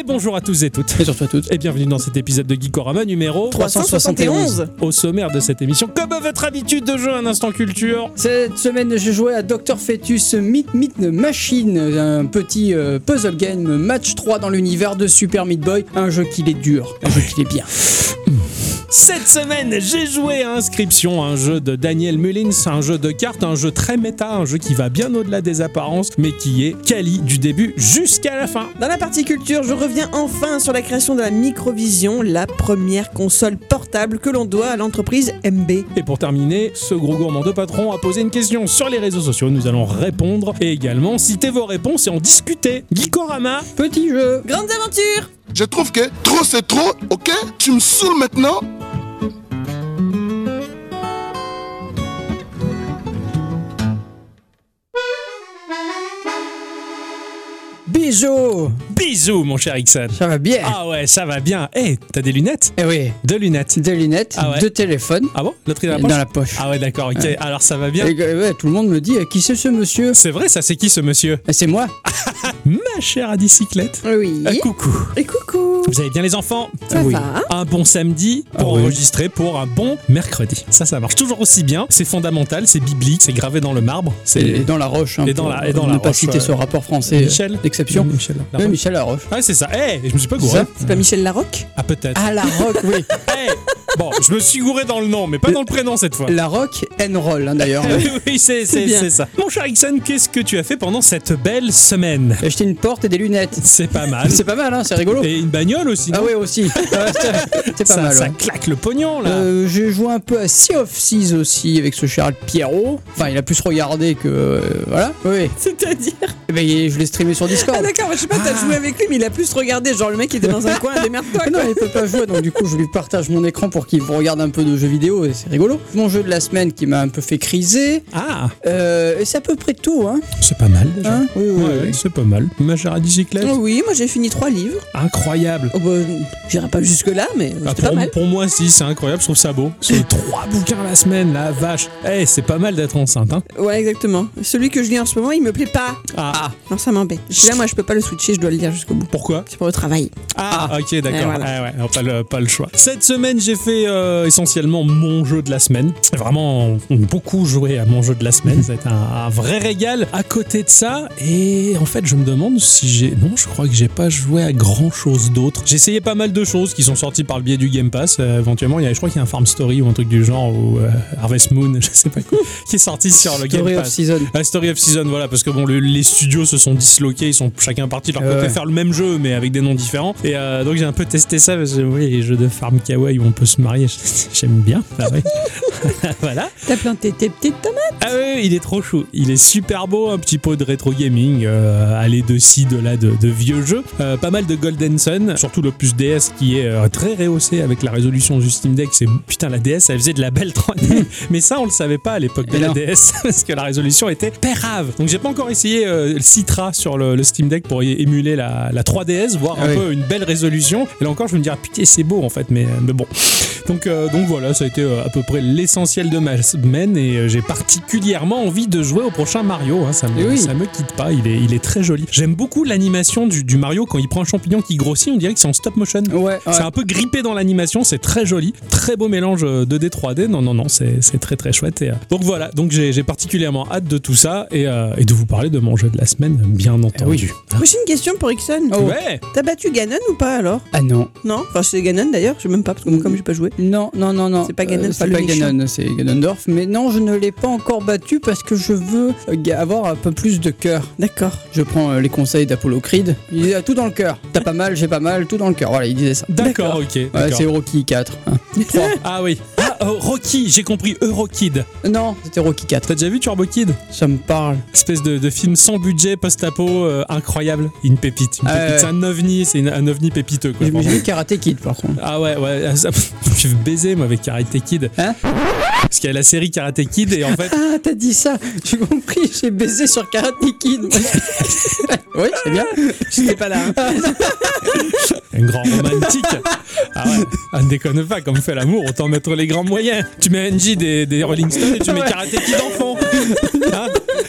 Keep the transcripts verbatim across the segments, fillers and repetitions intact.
Et bonjour à tous et toutes. Et surtout à toutes. Et bienvenue dans cet épisode de Geekorama numéro trois cent soixante et onze. Au sommaire de cette émission, comme à votre habitude de jeu, un instant culture. Cette semaine, j'ai joué à docteur Fetus Meat Meat Machine, un petit euh, puzzle game match trois dans l'univers de Super Meat Boy. Un jeu qui est dur, un jeu qui est bien. Cette semaine, j'ai joué à Inscription, un jeu de Daniel Mullins, un jeu de cartes, un jeu très méta, un jeu qui va bien au-delà des apparences, mais qui est quali du début jusqu'à la fin. Dans la partie culture, je reviens enfin sur la création de la Microvision, la première console portable que l'on doit à l'entreprise M B. Et pour terminer, ce gros gourmand de patron a posé une question sur les réseaux sociaux, nous allons répondre et également citer vos réponses et en discuter. Geekorama, Petit jeu. Grandes aventures. Je trouve que trop c'est trop, ok? Tu me saoules maintenant? Bisous. bisous mon cher Ixon. Ça va bien. Ah ouais, ça va bien. Eh, hey, t'as des lunettes? Eh oui. Deux lunettes. Deux lunettes, Ah ouais. deux téléphones. Ah bon? L'autre est dans la poche? Dans la poche. Ah ouais, d'accord, ok. Ouais. Alors ça va bien. Et, euh, ouais, tout le monde me dit, euh, qui c'est ce monsieur? C'est vrai, ça c'est qui ce monsieur? Eh, C'est moi. Ma chère à bicyclette. Oui. Ah, coucou. Et coucou. Vous allez bien les enfants? Ça Ah oui. va. Un bon samedi pour Ah oui. enregistrer pour un bon mercredi. Ça, ça marche toujours aussi bien. C'est fondamental, c'est biblique, c'est gravé dans le marbre. C'est Et dans la roche. Hein, Et dans pour, la- et dans ne la pas roche, citer ouais. ce rapport français Michel d'exception. Michel. La Oui, Roche. Michel Laroche. Ouais, c'est ça. Eh, je me suis pas C'est gouré. ça C'est pas Michel Larocque? Ah, peut-être. Ah, la rock, oui. Eh, bon, je me suis gouré dans le nom, mais pas dans le prénom cette fois. La rock Enroll, hein, d'ailleurs. Oui, oui, c'est, c'est, bien. c'est ça. Mon cher Ixon, qu'est-ce que tu as fait pendant cette belle semaine? J'ai acheté une porte et des lunettes. C'est pas mal. C'est pas mal, hein, c'est rigolo. Et une bagnole aussi. Ah non? oui, aussi. Ouais, c'est- c'est pas ça, mal. ça ouais. claque le pognon là. Euh, j'ai joué un peu à Sea of Thieves aussi avec ce Charles Pierrot. Enfin, il a plus regardé que. euh, voilà. Oui. C'est-à-dire? Eh ben, je l'ai streamé sur Discord. Ah d'accord, je sais pas, t'as joué avec lui, mais il a plus regardé. Genre le mec était dans un coin, démerde-toi. Ah non, il peut pas jouer, donc du coup, je lui partage mon écran pour qu'il regarde un peu de jeux vidéo et c'est rigolo. Mon jeu de la semaine qui m'a un peu fait criser. Ah, Euh, et c'est à peu près tout, hein. c'est pas mal déjà. Hein oui, oui, Ouais, oui. c'est pas mal. Ma chère à bicyclette. Oh oui, moi j'ai fini trois livres. Incroyable. Oh bah, j'irai pas jusque là, mais Ah, c'était pas pour, mal. pour moi, si, c'est incroyable, je trouve ça beau. C'est trois bouquins la semaine, la vache. Eh, c'est pas mal d'être enceinte, hein. Ouais, exactement. Celui que je lis en ce moment, il me plaît pas. Ah, Non, ça m'embête. Là, moi, je peux pas le switcher, je dois le lire jusqu'au bout. pourquoi? C'est pour le travail. Ah, ok, d'accord. Et voilà. Ah ouais, non, pas, le, pas le choix. Cette semaine, j'ai fait euh, essentiellement mon jeu de la semaine. J'ai vraiment beaucoup joué à mon jeu de la semaine. Ça a été un, un vrai régal. À côté de ça, et en fait, je me demande si j'ai... Non, je crois que j'ai pas joué à grand-chose d'autre. J'ai essayé pas mal de choses qui sont sorties par le biais du Game Pass. Euh, éventuellement, il y a, je crois qu'il y a un Farm Story ou un truc du genre, ou euh, Harvest Moon, je sais pas quoi, qui est sorti sur le Game Story of Pass. Season. Ah, Story of Season, voilà, parce que bon, le- les studios se sont disloqués, ils sont chacun partis de leur Euh, côté ouais. faire le même jeu, mais avec des noms différents. Et euh, donc j'ai un peu testé ça, parce que oui, les jeux de farm kawaii où on peut se marier, j'aime bien. Ah ouais. Voilà. T'as planté tes petites tomates? Ah oui, il est trop chou. Il est super beau, un petit peu de rétro gaming, euh, aller de ci, de là, de, de vieux jeux. Euh, pas mal de Golden Sun, surtout le plus D S qui est euh, très rehaussé avec la résolution du Steam Deck. C'est putain, la D S, elle faisait de la belle trois D. Mais ça, on le savait pas à l'époque de Et la non. D S, parce que la résolution était pérave. Donc j'ai pas encore essayé euh, le Citra sur le, le Steam Deck pour y émuler la, la trois D S, voir Ah un oui. peu une belle résolution. Et là encore, je me dis, ah putain, c'est beau en fait, mais, mais bon. Donc, euh, donc voilà, ça a été euh, à peu près l'essentiel de ma semaine et euh, j'ai particulièrement envie de jouer au prochain Mario. Hein, ça, me, Et oui. ça me quitte pas, il est, il est très joli. J'aime beaucoup l'animation du, du Mario quand il prend un champignon qui grossit, on dirait que c'est en stop motion. Ouais, ouais. C'est un peu grippé dans l'animation, c'est très joli. Très beau mélange deux D, trois D. Non, non, non, c'est, c'est très très chouette. Et, euh, donc voilà, donc j'ai, j'ai particulièrement hâte de tout ça et, euh, et de vous parler de mon jeu de la semaine, bien entendu. oui. Moi, j'ai une question pour Ixon. Oh. Ouais, T'as battu Ganon ou pas alors? Ah non. Non? Enfin, c'est Ganon d'ailleurs, je sais même pas, parce que comme j'ai pas joué. Non, non, non, non. C'est pas Ganon, Euh, pas c'est le pas méchant. Ganon, c'est Ganondorf. Mais non, je ne l'ai pas encore battu parce que je veux euh, ga- avoir un peu plus de cœur. D'accord. Je prends euh, les conseils d'Apollo Creed. Il disait ah, tout dans le cœur. T'as pas mal, j'ai pas mal, tout dans le cœur. Voilà, il disait ça. d'accord, ok. Ouais, d'accord. c'est Rocky quatre. hein. trois. Ah oui. Ah, euh, Rocky, j'ai compris, Eurokid. Non, c'était Rocky quatre. T'as déjà vu Turbo Kid? Ça me parle. Espèce de, de film sans budget, post-apo, euh, incroyable. Une pépite. Une Ah pépite. ouais. C'est un ovni, c'est une- un ovni pépiteux. Quoi, J'ai vraiment. j'ai vu Karate Kid par contre. Ah ouais, ouais. ça- Je vais baiser moi avec Karate Kid. Hein Parce qu'il y a la série Karate Kid et en fait. Ah, t'as dit ça. J'ai compris, j'ai baisé sur Karate Kid. Oui, c'est bien. J'étais pas là. hein. Un grand romantique. Ah ouais, ah, ne déconne pas, comme fait l'amour, autant mettre les grands moyens. Tu mets Angie des, des Rolling Stones et tu mets Ouais. Karate Kid en fond. Hein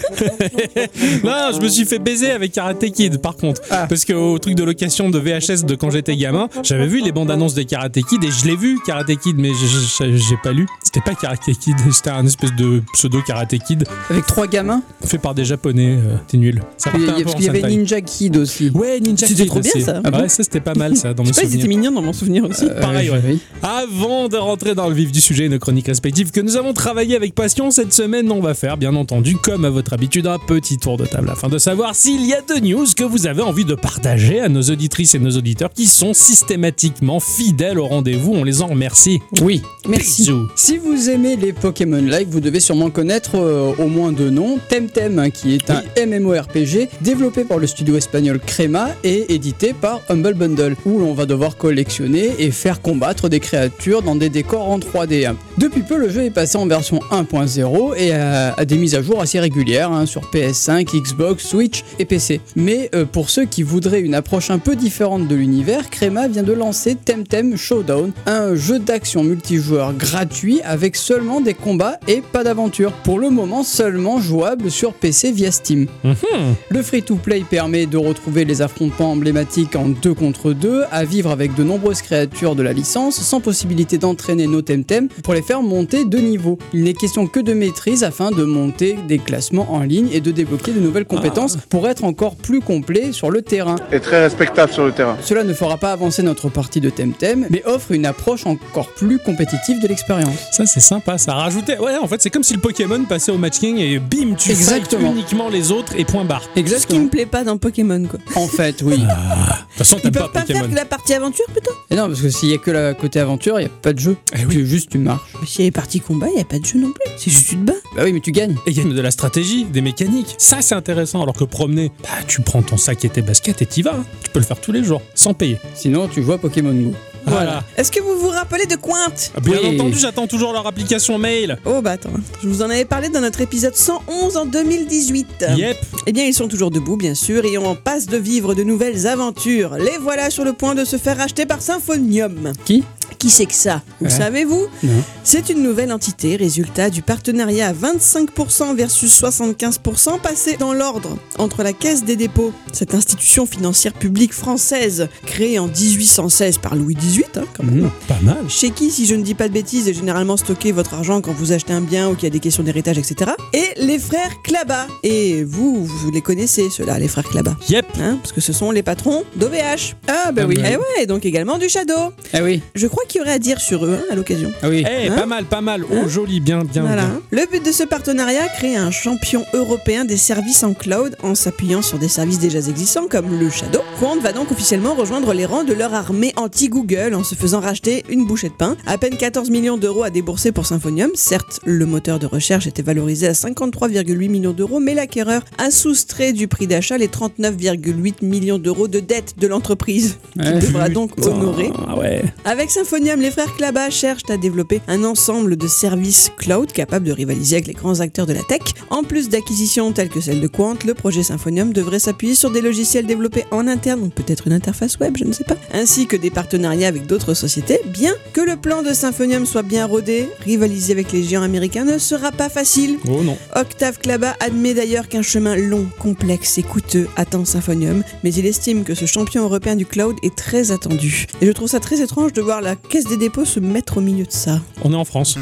Non, je me suis fait baiser avec Karate Kid, par contre. Ah. Parce qu'au truc de location de V H S de quand j'étais gamin, j'avais vu les bandes annonces des Karate Kid et je l'ai vu, Karate Kid, mais j'ai, j'ai, j'ai pas lu. C'était pas Karate Kid, c'était un espèce de pseudo Karate Kid Avec trois gamins. fait par des japonais. Euh, t'es nul. Ça Il y, partait un a- peu parce en qu'il y avait Sentai. Ninja Kid aussi. Ouais, Ninja C'était Kid trop bien, aussi. ça. Ah bon Ouais, ça c'était pas mal ça dans mes Je sais pas, ils étaient souvenirs. mignons dans mon souvenir aussi. Euh, Pareil, ouais. oui. Avant de rentrer dans le vif du sujet et nos chroniques respectives que nous avons travaillé avec passion cette semaine, on va faire bien entendu, comme à votre habitude, un petit tour de table afin de savoir s'il y a de news que vous avez envie de partager à nos auditrices et nos auditeurs qui sont systématiquement fidèles au rendez-vous. On les en remercie. Oui. Merci. Bisous. Si vous aimez les Pokémon-like, vous devez sûrement connaître euh, au moins deux noms. Temtem, hein, qui est un MMORPG développé par le studio espagnol Crema et édité par Humble Bundle, où l'on va devoir collectionner et faire combattre des créatures dans des décors en trois D. hein. Depuis peu, le jeu est passé en version un point zéro et à, à des mises à jour assez régulières hein, sur P S cinq, Xbox, Switch et P C. Mais euh, pour ceux qui voudraient une approche un peu différente de l'univers, Crema vient de lancer Temtem Showdown, un jeu d'action multijoueur gratuit avec seulement des combats et pas d'aventure. Pour le moment, seulement jouable sur P C via Steam. Mhm. Le free-to-play permet de retrouver les affrontements emblématiques en deux contre deux, à vivre avec de nombreuses créatures de la licence, sans possibilité d'entraîner nos Temtem pour les faire monter de niveau. Il n'est question que de maîtrise afin de monter des classements en ligne et de débloquer de nouvelles compétences pour être encore plus complet sur le terrain. est très respectable sur le terrain. Cela ne fera pas avancer notre partie de Temtem, mais offre une approche encore plus compétitive de l'expérience. Ça c'est sympa, ça rajoutait. Ouais, en fait, c'est comme si le Pokémon passait au matching et bim, tu fights Exactement. uniquement les autres et point barre. Ce qui me Exactement. plaît pas dans Pokémon, quoi. En fait, oui. De toute façon, Ils t'aimes pas peuvent pas Pokémon. faire que la partie aventure, plutôt. Et non, parce que s'il y a que la côté aventure, il n'y a pas de jeu. Eh oui. Tu- juste tu marches. Mais s'il y a les parties combat, il n'y a pas de jeu non plus. C'est juste tu te bats. Bah oui, mais tu gagnes. Et il y a de la stratégie, des mécaniques. Ça, c'est intéressant. Alors que promener, bah, tu prends ton sac et tes baskets et t'y vas. hein. Tu peux le faire tous les jours, sans payer. Sinon, tu joues à Pokémon Go. Voilà. Est-ce que vous vous rappelez de Quint? Ah, Bien Oui. entendu, j'attends toujours leur application mail. Oh bah attends, je vous en avais parlé dans notre épisode cent onze en deux mille dix-huit. Yep. Eh bien ils sont toujours debout bien sûr et on passe de vivre de nouvelles aventures. Les voilà sur le point de se faire racheter par Symphonium. Qui Qui c'est que ça? Vous Ouais. savez-vous? Non. C'est une nouvelle entité, résultat du partenariat à vingt-cinq pour cent versus soixante-quinze pour cent passé dans l'ordre entre la Caisse des dépôts, cette institution financière publique française créée en dix-huit cent seize par Louis dix-huit, hein, quand même. Mmh, pas mal. Chez qui, si je ne dis pas de bêtises, est généralement stocké votre argent quand vous achetez un bien ou qu'il y a des questions d'héritage, et cetera. Et les frères Clabat. Et vous, vous les connaissez, ceux-là, les frères Clabat. Yep. Hein, parce que ce sont les patrons d'O V H. Ah bah oui. Eh ouais, et donc également du Shadow. Ah oui. Je crois qu'il y aurait à dire sur eux hein, à l'occasion. Ah oui. Eh, Hein pas mal, pas mal. Oh, Hein joli, bien, bien. Voilà. bien. Le but de ce partenariat, créer un champion européen des services en cloud en s'appuyant sur des services déjà existants comme le Shadow. Quant va donc officiellement rejoindre les rangs de leur armée anti-Google en se faisant racheter une bouchée de pain. À peine quatorze millions d'euros à débourser pour Symphonium. Certes, le moteur de recherche était valorisé à cinquante-trois virgule huit millions d'euros, mais l'acquéreur a soustrait du prix d'achat les trente-neuf virgule huit millions d'euros de dette de l'entreprise, qu'il Ouais. devra donc Putain, honorer. Ah ouais. Avec Symphonium, les frères Clabat cherchent à développer un ensemble de services cloud capables de rivaliser avec les grands acteurs de la tech. En plus d'acquisitions telles que celle de Quant, le projet Symphonium devrait s'appuyer sur des logiciels développés en interne, donc peut-être une interface web, je ne sais pas, ainsi que des partenariats avec d'autres sociétés. Bien que le plan de Symphonium soit bien rodé, rivaliser avec les géants américains ne sera pas facile. Oh non. Octave Clabat admet d'ailleurs qu'un chemin long, complexe et coûteux attend Symphonium, mais il estime que ce champion européen du cloud est très attendu. Et je trouve ça très étrange de voir la Caisse des dépôts se mettre au milieu de ça. On est en France.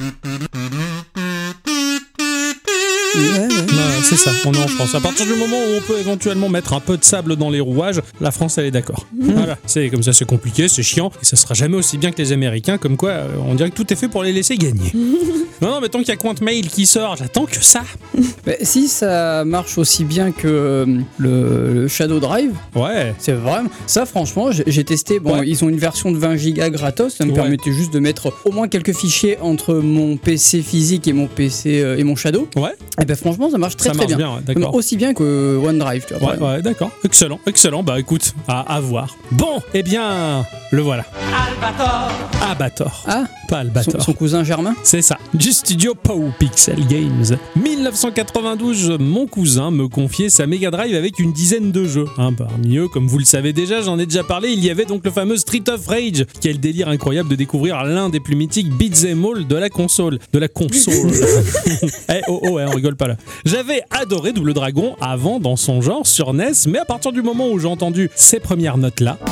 Ouais, ouais. Bah, c'est ça, on est en France. À partir du moment où on peut éventuellement mettre un peu de sable dans les rouages, la France elle est d'accord. Voilà, c'est comme ça, c'est compliqué, c'est chiant, et ça sera jamais aussi bien que les Américains, comme quoi euh, on dirait que tout est fait pour les laisser gagner. Non, non, mais tant qu'il y a Quantmail qui sort, j'attends que ça. Bah, si ça marche aussi bien que euh, le, le Shadow Drive, Ouais. c'est vraiment. Ça, franchement, j'ai j'ai testé. Bon, Ouais. ils ont une version de vingt gigas gratos. Ça me Ouais. permettait juste de mettre au moins quelques fichiers entre mon P C physique et mon P C euh, et mon Shadow. Ouais, Et ben franchement, ça marche très ça très marche bien. bien, ouais, d'accord. Aussi bien que OneDrive, tu vois. Ouais, ouais, d'accord. Excellent, excellent. Bah écoute, à, à voir. Bon, eh bien, le voilà. Albator. Albator. Ah, pas Albator. Son, son cousin Germain. C'est ça, du studio Pow Pixel Games. dix-neuf cent quatre-vingt-douze, mon cousin me confiait sa Mega Drive avec une dizaine de jeux. Hein, parmi eux, comme vous le savez déjà, j'en ai déjà parlé, il y avait donc le fameux Street of Rage. Quel délire incroyable de découvrir l'un des plus mythiques beat'em all de la console. De la console. Eh oh oh, eh, on rigole pas là. J'avais adoré Double Dragon avant dans son genre sur N E S, mais à partir du moment où j'ai entendu ces premières notes là,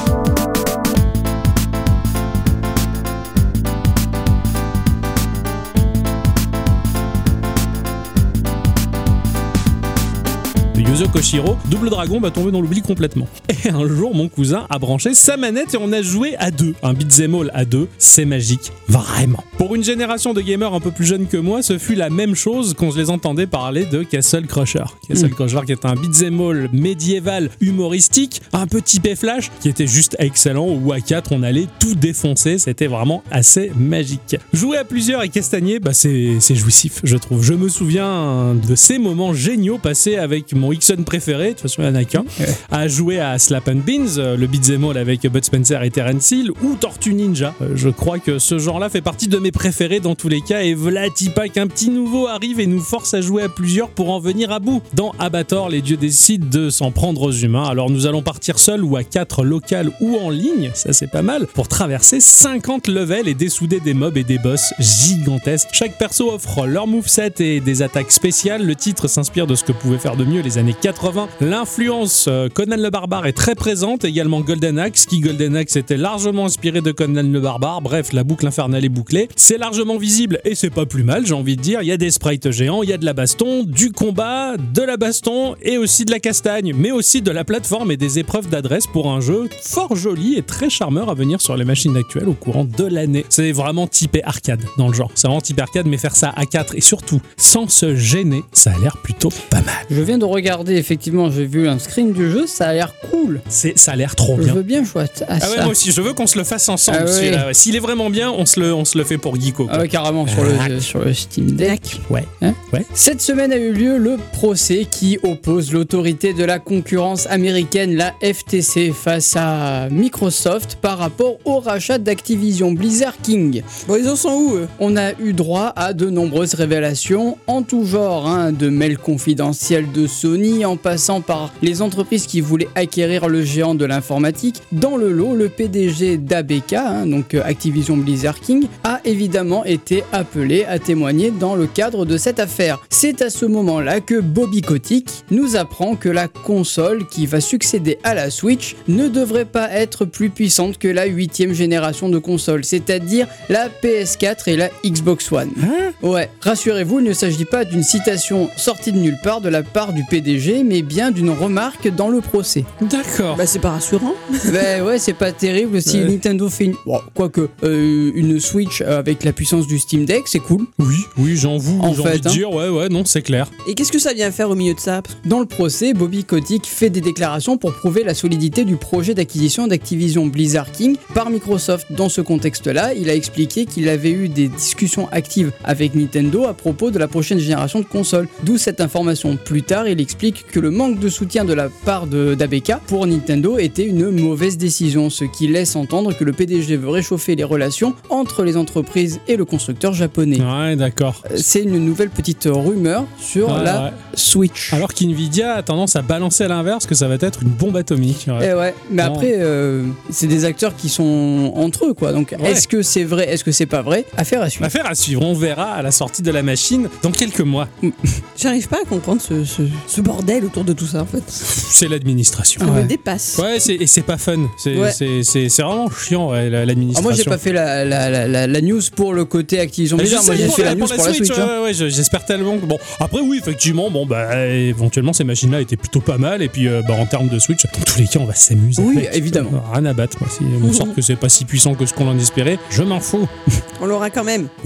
Yuzo Koshiro, Double Dragon va tomber dans l'oubli complètement. Et un jour, mon cousin a branché sa manette et on a joué à deux. Un beat'em all à deux, c'est magique, vraiment. Pour une génération de gamers un peu plus jeunes que moi, ce fut la même chose quand je les entendais parler de Castle Crusher. Castle mmh. Crusher qui est un beat'em all médiéval humoristique, un peu typé flash, qui était juste excellent, où à quatre on allait tout défoncer, c'était vraiment assez magique. Jouer à plusieurs et castagner, bah c'est, c'est jouissif, je trouve. Je me souviens de ces moments géniaux passés avec mon Ixon préféré, de toute façon il n'y en a qu'un, ouais. à jouer à Slap and Beans, le beat'em all avec Bud Spencer et Terence Hill, ou Tortue Ninja. Je crois que ce genre-là fait partie de mes préférés dans tous les cas, et Vlatipa qu'un petit nouveau arrive et nous force à jouer à plusieurs pour en venir à bout. Dans Abator, les dieux décident de s'en prendre aux humains, alors nous allons partir seuls ou à quatre local ou en ligne, ça c'est pas mal, pour traverser cinquante levels et dessouder des mobs et des boss gigantesques. Chaque perso offre leur moveset et des attaques spéciales, le titre s'inspire de ce que pouvaient faire de mieux les années quatre-vingts. L'influence Conan le Barbare est très présente, également Golden Axe, qui Golden Axe était largement inspiré de Conan le Barbare. Bref, la boucle infernale est bouclée. C'est largement visible et c'est pas plus mal, j'ai envie de dire. Il y a des sprites géants, il y a de la baston, du combat, de la baston et aussi de la castagne, mais aussi de la plateforme et des épreuves d'adresse pour un jeu fort joli et très charmeur à venir sur les machines actuelles au courant de l'année. C'est vraiment typé arcade dans le genre. C'est vraiment typé arcade, mais faire ça à quatre et surtout sans se gêner, ça a l'air plutôt pas mal. Je viens de regarder, effectivement, j'ai vu un screen du jeu, ça a l'air cool. C'est, ça a l'air trop bien. Je veux bien jouer à ah ça. Ouais, moi aussi, je veux qu'on se le fasse ensemble. Ah ouais. Ouais. S'il est vraiment bien, on se le, on se le fait pour Geeko. Quoi. Ah ouais, carrément, sur le, sur le Steam Deck. Ouais. Hein ouais. Cette semaine a eu lieu le procès qui oppose l'autorité de la concurrence américaine, la F T C, face à Microsoft par rapport au rachat d'Activision Blizzard King. Bon, ils en sont où, eux ? On a eu droit à de nombreuses révélations en tout genre, hein, de mails confidentiels de Sony en passant par les entreprises qui voulaient acquérir le géant de l'informatique. Dans le lot, le P D G d'A B K, hein, donc Activision Blizzard King, a évidemment été appelé à témoigner dans le cadre de cette affaire. C'est à ce moment-là que Bobby Kotick nous apprend que la console qui va succéder à la Switch ne devrait pas être plus puissante que la huitième génération de consoles, c'est-à-dire la P S quatre et la Xbox One. Hein ? Ouais, rassurez-vous, il ne s'agit pas d'une citation sortie de nulle part de la part du P D G, mais bien d'une remarque dans le procès. D'accord. Bah c'est pas rassurant. Bah ouais, c'est pas terrible si ouais. Nintendo fait une... Bon, quoique, euh, une Switch avec la puissance du Steam Deck, c'est cool. Oui, oui, j'en vous, en j'ai fait, envie de hein. dire, ouais, ouais, non, c'est clair. Et qu'est-ce que ça vient faire au milieu de ça ? Dans le procès, Bobby Kotick fait des déclarations pour prouver la solidité du projet d'acquisition d'Activision Blizzard King par Microsoft. Dans ce contexte-là, il a expliqué qu'il avait eu des discussions actives avec Nintendo à propos de la prochaine génération de consoles. D'où cette information. Plus tard, il explique que le manque de soutien de la part de, d'A B K pour Nintendo était une mauvaise décision, ce qui laisse entendre que le P D G veut réchauffer les relations entre les entreprises et le constructeur japonais. Ouais, d'accord. C'est une nouvelle petite rumeur sur ouais, la ouais. Switch. Alors qu'Nvidia a tendance à balancer à l'inverse que ça va être une bombe atomique. Ouais. Et ouais, mais non. après, euh, c'est des acteurs qui sont entre eux, quoi. Donc, ouais. est-ce que c'est vrai, est-ce que c'est pas vrai ? Affaire à suivre. Affaire à suivre. On verra à la sortie de la machine dans quelques mois. J'arrive pas à comprendre ce, ce, ce bordel autour de tout ça, en fait. C'est l'administration. Ça ouais. me dépasse. Ouais, c'est, et c'est pas fun. C'est, Ouais. c'est, c'est, c'est vraiment chiant, ouais, l'administration. Ah, moi, j'ai pas fait la, la, la, la, la news pour le côté Activision Blizzard. Moi, j'ai fait la, la news pour la, pour la Switch. Switch ouais, ouais, ouais, j'espère tellement que... Bon, après, oui, effectivement, bon, bah, éventuellement, ces machines-là étaient plutôt pas mal. Et puis, euh, bah, en termes de Switch, dans tous les cas, on va s'amuser. Oui, avec. évidemment. Euh, rien à battre. Moi, si on sort que c'est pas si puissant que ce qu'on en espérait, je m'en fous. On l'aura quand même. Ouais.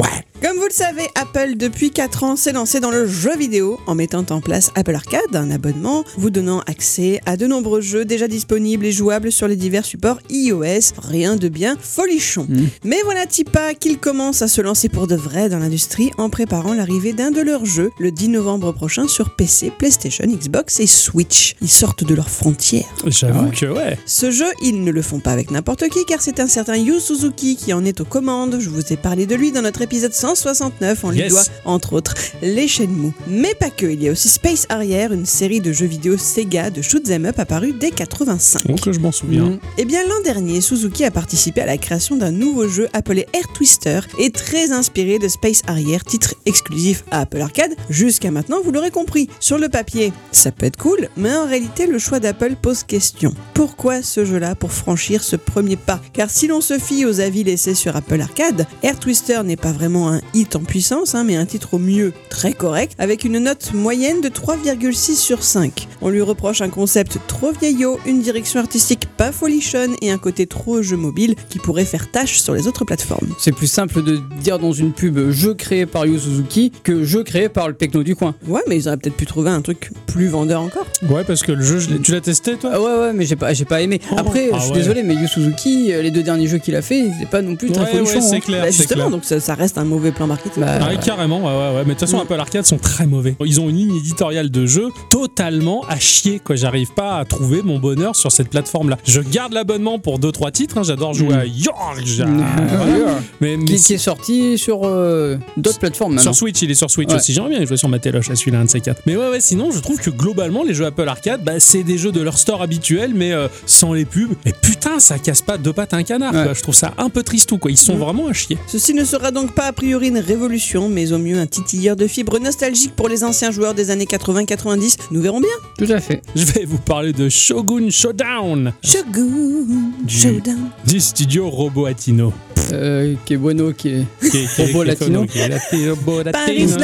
Comme vous le savez, Apple, depuis quatre ans, s'est lancé dans le jeu vidéo en mettant en place Apple Arcade, un abonnement vous donnant accès à de nombreux jeux déjà disponibles et jouables sur les divers supports iOS. Rien de bien folichon. Mmh. Mais voilà Tipa qu'ils commencent à se lancer pour de vrai dans l'industrie en préparant l'arrivée d'un de leurs jeux le dix novembre prochain sur P C, PlayStation, Xbox et Switch. Ils sortent de leurs frontières. J'avoue que ouais. Ce jeu, ils ne le font pas avec n'importe qui car c'est un certain Yu Suzuki qui en est aux commandes. Je vous ai parlé de lui dans notre épisode cent soixante-neuf. On yes. lui doit, entre autres, les Shenmue. Mais pas que, il y a aussi Space Harrier, une série de jeux vidéo Sega de shoot'em up apparue dès quatre-vingt-cinq. Oh, que je m'en souviens. Mmh. Eh bien, l'an dernier, Suzuki a participé à la création d'un nouveau jeu appelé Air Twister et très inspiré de Space Harrier, titre exclusif à Apple Arcade. Jusqu'à maintenant, vous l'aurez compris, sur le papier, ça peut être cool, mais en réalité, le choix d'Apple pose question. Pourquoi ce jeu-là pour franchir ce premier pas? Car si l'on se fie aux avis laissés sur Apple Arcade, Air Twister n'est pas vraiment un hit en puissance, hein, mais un titre au mieux très correct, avec une note moyenne de trois virgule six sur cinq. On lui reproche un concept trop vieillot, une direction artistique pas folichonne et un côté trop jeu mobile qui pourrait faire tâche sur les autres plateformes. C'est plus simple de dire dans une pub jeu créé par Yu Suzuki que jeu créé par le techno du coin. Ouais, mais ils auraient peut-être pu trouver un truc plus vendeur encore. Ouais, parce que le jeu, je l'ai... tu l'as testé toi? Ah ouais, ouais, mais j'ai pas, j'ai pas aimé. Oh, Après, ah je suis ouais. désolé, mais Yu Suzuki, les deux derniers jeux qu'il a fait, c'est pas non plus très ouais, folichon. Ouais, c'est hein. clair. Bah, c'est justement, clair. donc ça, ça reste un mauvais plan marketing. Bah, ouais, carrément, ouais, ouais, ouais. Mais de toute façon, mmh. Apple Arcade sont très mauvais. Ils ont une ligne éditoriale de jeu totalement à chier, quoi. J'arrive pas à trouver mon bonheur sur cette plateforme-là. Je garde l'abonnement pour deux trois titres. Hein. J'adore jouer mmh. à George. Mmh. Voilà. Mais, mais qui, qui est sorti sur euh, d'autres plateformes maintenant. Sur Switch, il est sur Switch ouais. aussi. J'aimerais bien jouer sur ma téloche à celui-là, un de ces quatre. Mais ouais, ouais. Sinon, je trouve que globalement, les jeux Apple Arcade, bah, c'est des jeux de leur store habituel, mais euh, sans les pubs. Et putain, ça casse pas deux pattes à un canard. Ouais. Quoi. Je trouve ça un peu tristou, quoi. Ils sont mmh. vraiment à chier. Ceci ne sera donc pas a priori une révolution, mais au mieux un titilleur de fibres nostalgiques pour les anciens joueurs des années quatre-vingts quatre-vingt-dix. Nous verrons bien. Tout à fait. Je vais vous parler de Shogun Showdown. Shogun du, Showdown. Du studio Robo Latino. Euh, qui est bueno, qui est Robo Latino. Robo Latino.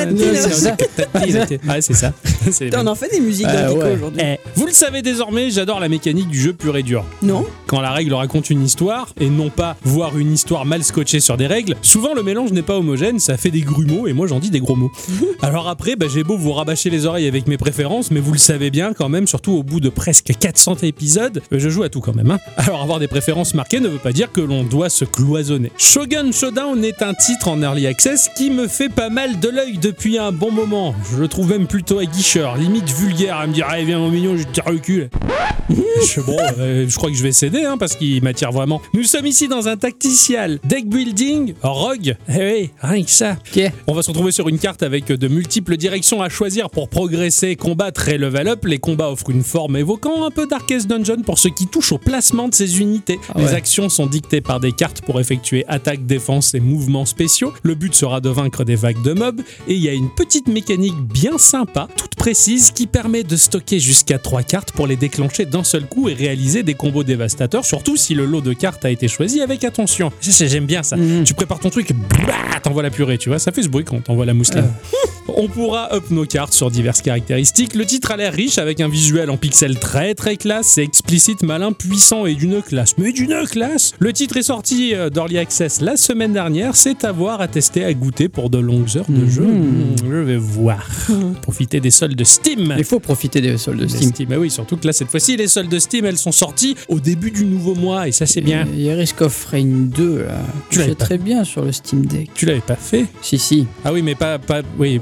Ouais, c'est ça. C'est on en fait des musiques euh, ouais. aujourd'hui. Eh, vous le savez désormais, j'adore la mécanique du jeu pur et dur. Non. Quand la règle raconte une histoire, et non pas voir une histoire mal scotchée sur des règles, souvent le mélange n'est pas homogène, ça fait des grumeaux, et moi j'en dis des gros mots. Alors après, bah, j'ai beau vous rabâcher les oreilles avec mes préférences, mais vous le savez bien quand même, surtout au bout de presque quatre cents épisodes, je joue à tout quand même. Hein. Alors avoir des préférences marquées ne veut pas dire que l'on doit se cloisonner. Shogun Showdown est un titre en early access qui me fait pas mal de l'œil depuis un bon moment. Je le trouve même plutôt aguicheur, limite vulgaire, à me dire allez viens mon mignon, je te tire le cul. je, bon, euh, je crois que je vais céder hein, parce qu'il m'attire vraiment. Nous sommes ici dans un tacticial, deck building, rogue, eh oui, rien que ça. Okay. On va se retrouver sur une carte avec de multiples directions à choisir pour progresser, combattre et level up. Les combats offrent une forme évoquant un peu Darkest Dungeon pour ceux qui touchent au placement de ces unités. Ah ouais. Les actions sont dictées par des cartes pour effectuer attaque, défense et mouvements spéciaux. Le but sera de vaincre des vagues de mobs et il y a une petite mécanique bien sympa, toute précise, qui permet de stocker jusqu'à trois cartes pour les déclencher d'un seul coup et réaliser des combos dévastateurs, surtout si le lot de cartes a été choisi avec attention. J'aime bien ça. Mmh. Tu prépares ton truc, bah, t'envoies la purée, tu vois, ça fait ce bruit quand t'envoies la mousseline. Euh. On pourra up nos cartes sur diverses caractéristiques. Le titre a l'air riche avec un visuel en pixels très très classe, c'est explicite, malin, puissant et d'une classe. Mais d'une classe! Le titre est sorti d'Early Access la semaine dernière, c'est à voir, à tester, à goûter pour de longues heures de mmh. jeu. Je vais voir. Mmh. Profiter des soldes Steam. Il faut profiter des soldes Steam. Steam. Ah oui, surtout que là, cette fois-ci, les soldes Steam, elles sont sorties au début du nouveau mois et ça, c'est bien. Il y a Risk of Rain deux, là. Tu l'avais très bien sur le Steam Deck. Tu l'avais pas fait? Si, si. Ah oui, mais pas... pas oui...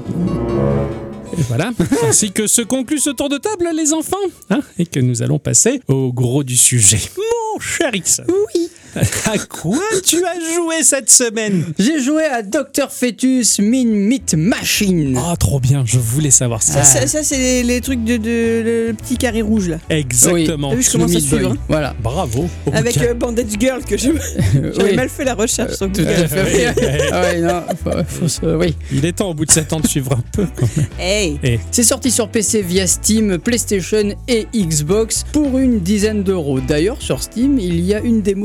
Et voilà, ainsi que se conclut ce tour de table, les enfants, hein, et que nous allons passer au gros du sujet. Mon cher Ixon. Oui. À quoi tu as joué cette semaine? J'ai joué à docteur Fetus Min Meat Machine. Ah, oh, trop bien, je voulais savoir ça. Ça, ça, ça c'est les, les trucs de, de le petit carré rouge là. Exactement. Oui. T'as vu, je commence à suivre. Hein. Voilà. Bravo. Avec euh, Bandage Girl que je... j'avais oui. mal fait la recherche sur Google. Tout à fait. Ah ouais, non, faut, faut se... oui. Il est temps au bout de sept ans de suivre un peu quand même. Hey. Hey. C'est sorti sur P C via Steam, PlayStation et Xbox pour une dizaine d'euros. D'ailleurs, sur Steam, il y a une démo disponible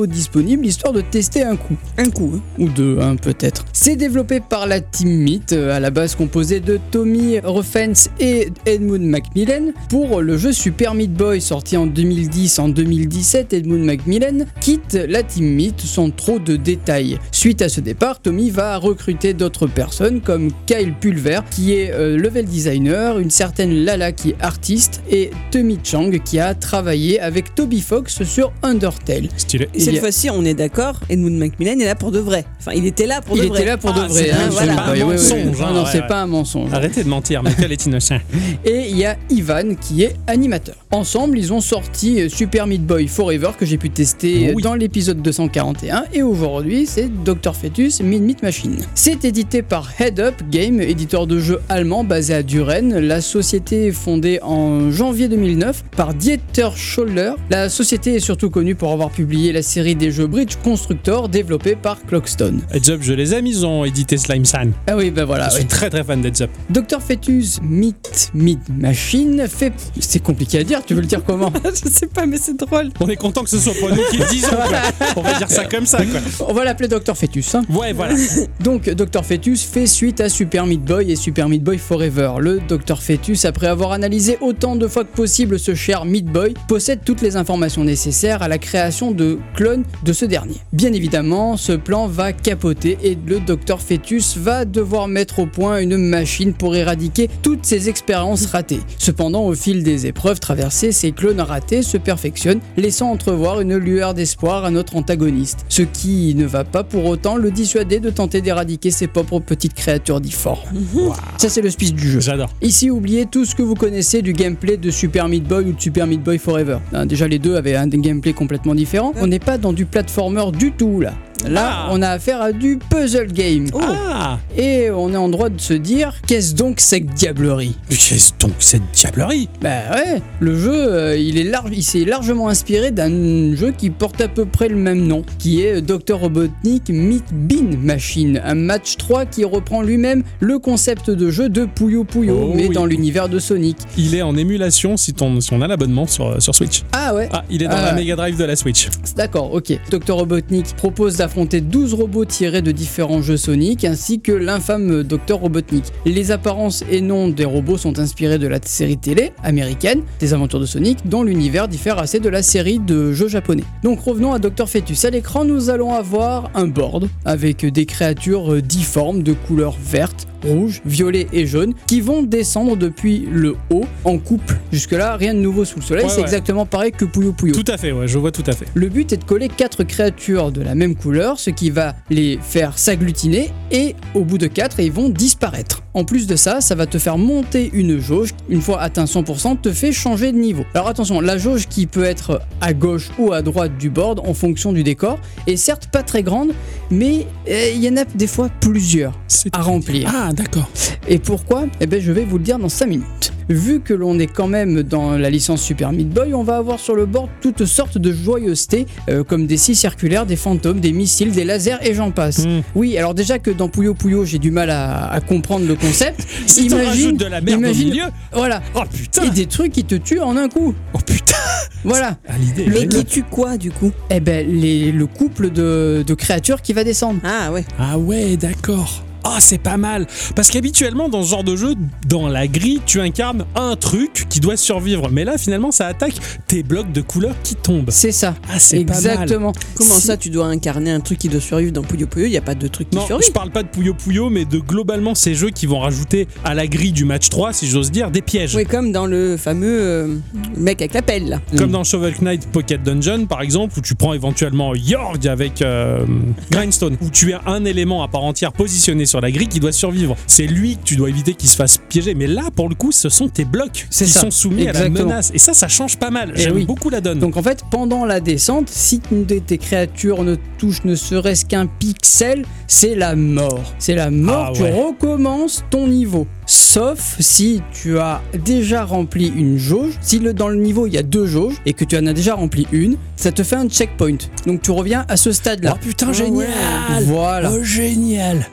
disponible histoire de tester un coup. Un coup. Hein. Ou deux, hein, peut-être. C'est développé par la Team Meat, à la base composée de Tommy Ruffens et Edmund Macmillan. Pour le jeu Super Meat Boy sorti en deux mille dix, en deux mille dix-sept, Edmund Macmillan quitte la Team Meat sans trop de détails. Suite à ce départ, Tommy va recruter d'autres personnes comme Kyle Pulver qui est euh, level designer, une certaine Lala qui est artiste et Tommy Chang qui a travaillé avec Toby Fox sur Undertale. Stylé. Et cette Il y a- fois-ci, on est d'accord, Edmund Macmillan est là pour de vrai. Enfin, il était là pour Il de était vrai. là pour de Ah, vrai. c'est hein, pas- je- voilà, bah, pas un oui, oui, mensonge, oui. hein, Non, non, ouais, c'est ouais. pas un mensonge. Arrêtez de mentir, Michael est innocent. Et il y a Ivan qui est animateur. Ensemble, ils ont sorti euh, Super Meat Boy Forever que j'ai pu tester euh, Oui. dans l'épisode deux cent quarante et un et aujourd'hui c'est docteur Fetus Meat Meat Machine. C'est édité par Head Up Game, éditeur de jeux allemand basé à Duren. La société est fondée en janvier deux mille neuf par Dieter Scholler. La société est surtout connue pour avoir publié la série des jeux Bridge Constructor développée par Clockstone. Heads Up, je les aime, ils ont édité Slime San. Ah oui, bah voilà. Je oui. suis très très fan d'Heads Up. docteur Fetus Meat Meat Machine fait... C'est compliqué à dire, tu veux le dire comment? Je sais pas, mais c'est drôle. On est content que ce soit pas nous qui le disons, quoi. On va dire ça comme ça, quoi. On va l'appeler docteur Fetus. Hein. Ouais, voilà. Donc, docteur Fetus fait suite à Super Meat Boy et Super Meat Boy Forever. Le docteur Fetus, après avoir analysé autant de fois que possible ce cher Meat Boy, possède toutes les informations nécessaires à la création de clones de ce dernier. Bien évidemment, ce plan va capoter et le docteur Fetus va devoir mettre au point une machine pour éradiquer toutes ses expériences ratées. Cependant, au fil des épreuves traversées, ces clones ratés se perfectionnent, laissant entrevoir une lueur d'espoir à notre antagoniste. Ce qui ne va pas pour autant le dissuader de tenter d'éradiquer ses propres petites créatures difformes. Ça, c'est le speech du jeu. J'adore. Ici, oubliez tout ce que vous connaissez du gameplay de Super Meat Boy ou de Super Meat Boy Forever. Hein, déjà, les deux avaient un gameplay complètement différent. On n'est pas dans du platformer du tout, là. Là, Ah. on a affaire à du puzzle game. Ah, Et on est en droit de se dire, qu'est-ce donc cette diablerie? mais qu'est-ce donc cette diablerie? Bah ouais, le jeu, euh, il est large, il s'est largement inspiré d'un jeu qui porte à peu près le même nom, qui est docteur Robotnik Meat Bean Machine, un match trois qui reprend lui-même le concept de jeu de Puyo Puyo, Oh mais oui. dans l'univers de Sonic. Il est en émulation si, ton, si on a l'abonnement sur, sur Switch. Ah ouais, Ah, il est dans Ah. la Mega Drive de la Switch. d'accord, ok. docteur Robotnik propose d'affronter douze robots tirés de différents jeux Sonic, ainsi que l'infâme docteur Robotnik. Les apparences et noms des robots sont inspirés de la série télé américaine des aventures de Sonic, dont l'univers diffère assez de la série de jeux japonais. Donc revenons à docteur Fetus. À l'écran, nous allons avoir un board avec des créatures difformes de couleur verte, rouge, violet et jaune qui vont descendre depuis le haut en couple. Jusque-là, rien de nouveau sous le soleil, Ouais, c'est ouais. exactement pareil que Puyo Puyo. Tout à fait, ouais, je vois tout à fait. Le but est de coller quatre créatures de la même couleur, ce qui va les faire s'agglutiner et au bout de quatre, ils vont disparaître. En plus de ça, ça va te faire monter une jauge. Une fois atteint cent pour cent, te fait changer de niveau. Alors attention, la jauge qui peut être à gauche ou à droite du board en fonction du décor est certes pas très grande, mais euh, il y en a des fois plusieurs C'est à remplir. Ah, d'accord. Et pourquoi? Eh ben, je vais vous le dire dans cinq minutes. Vu que l'on est quand même dans la licence Super Meat Boy, on va avoir sur le board toutes sortes de joyeusetés, euh, comme des scies circulaires, des fantômes, des missiles, des lasers et j'en passe. Mm. Oui, alors déjà que dans Puyo Puyo, j'ai du mal à, à comprendre le concept. Si tu rajoutes de la merde imagine- au milieu. Voilà. Oh putain. Et des trucs qui te tuent en un coup. Oh putain. Voilà. Ah, l'idée est Mais géniale. qui tue quoi, du coup? Eh ben, les, le couple de, de créatures qui va descendre. Ah ouais. Ah ouais, d'accord. Ah, c'est pas mal. Parce qu'habituellement, dans ce genre de jeu, dans la grille, tu incarnes un truc qui doit survivre. Mais là, finalement, ça attaque tes blocs de couleurs qui tombent. C'est ça. Ah, c'est pas mal. Exactement. Comment Si- ça, tu dois incarner un truc qui doit survivre dans Puyo Puyo? Il n'y a pas de truc qui Non, survit. je parle pas de Puyo Puyo, mais de globalement ces jeux qui vont rajouter à la grille du match trois, si j'ose dire, des pièges. Oui, comme dans le fameux euh, mec avec la pelle, là. Comme dans Shovel Knight Pocket Dungeon, par exemple, où tu prends éventuellement Yorg avec euh, Grindstone, où tu as un élément à part entière positionné sur la grille qui doit survivre. C'est lui que tu dois éviter qu'il se fasse piéger. Mais là, pour le coup, ce sont tes blocs C'est qui ça. sont soumis à Exactement. la menace. Et ça, ça change pas mal. Et J'aime oui. beaucoup la donne. Donc en fait, pendant la descente, si une de tes créatures ne touche ne serait-ce qu'un pixel, c'est la mort. C'est la mort, Ah tu ouais. recommences ton niveau. Sauf si tu as déjà rempli une jauge. Si le, dans le niveau il y a deux jauges et que tu en as déjà rempli une, ça te fait un checkpoint. Donc tu reviens à ce stade-là. Oh putain, Ah génial. Voilà. Oh, génial.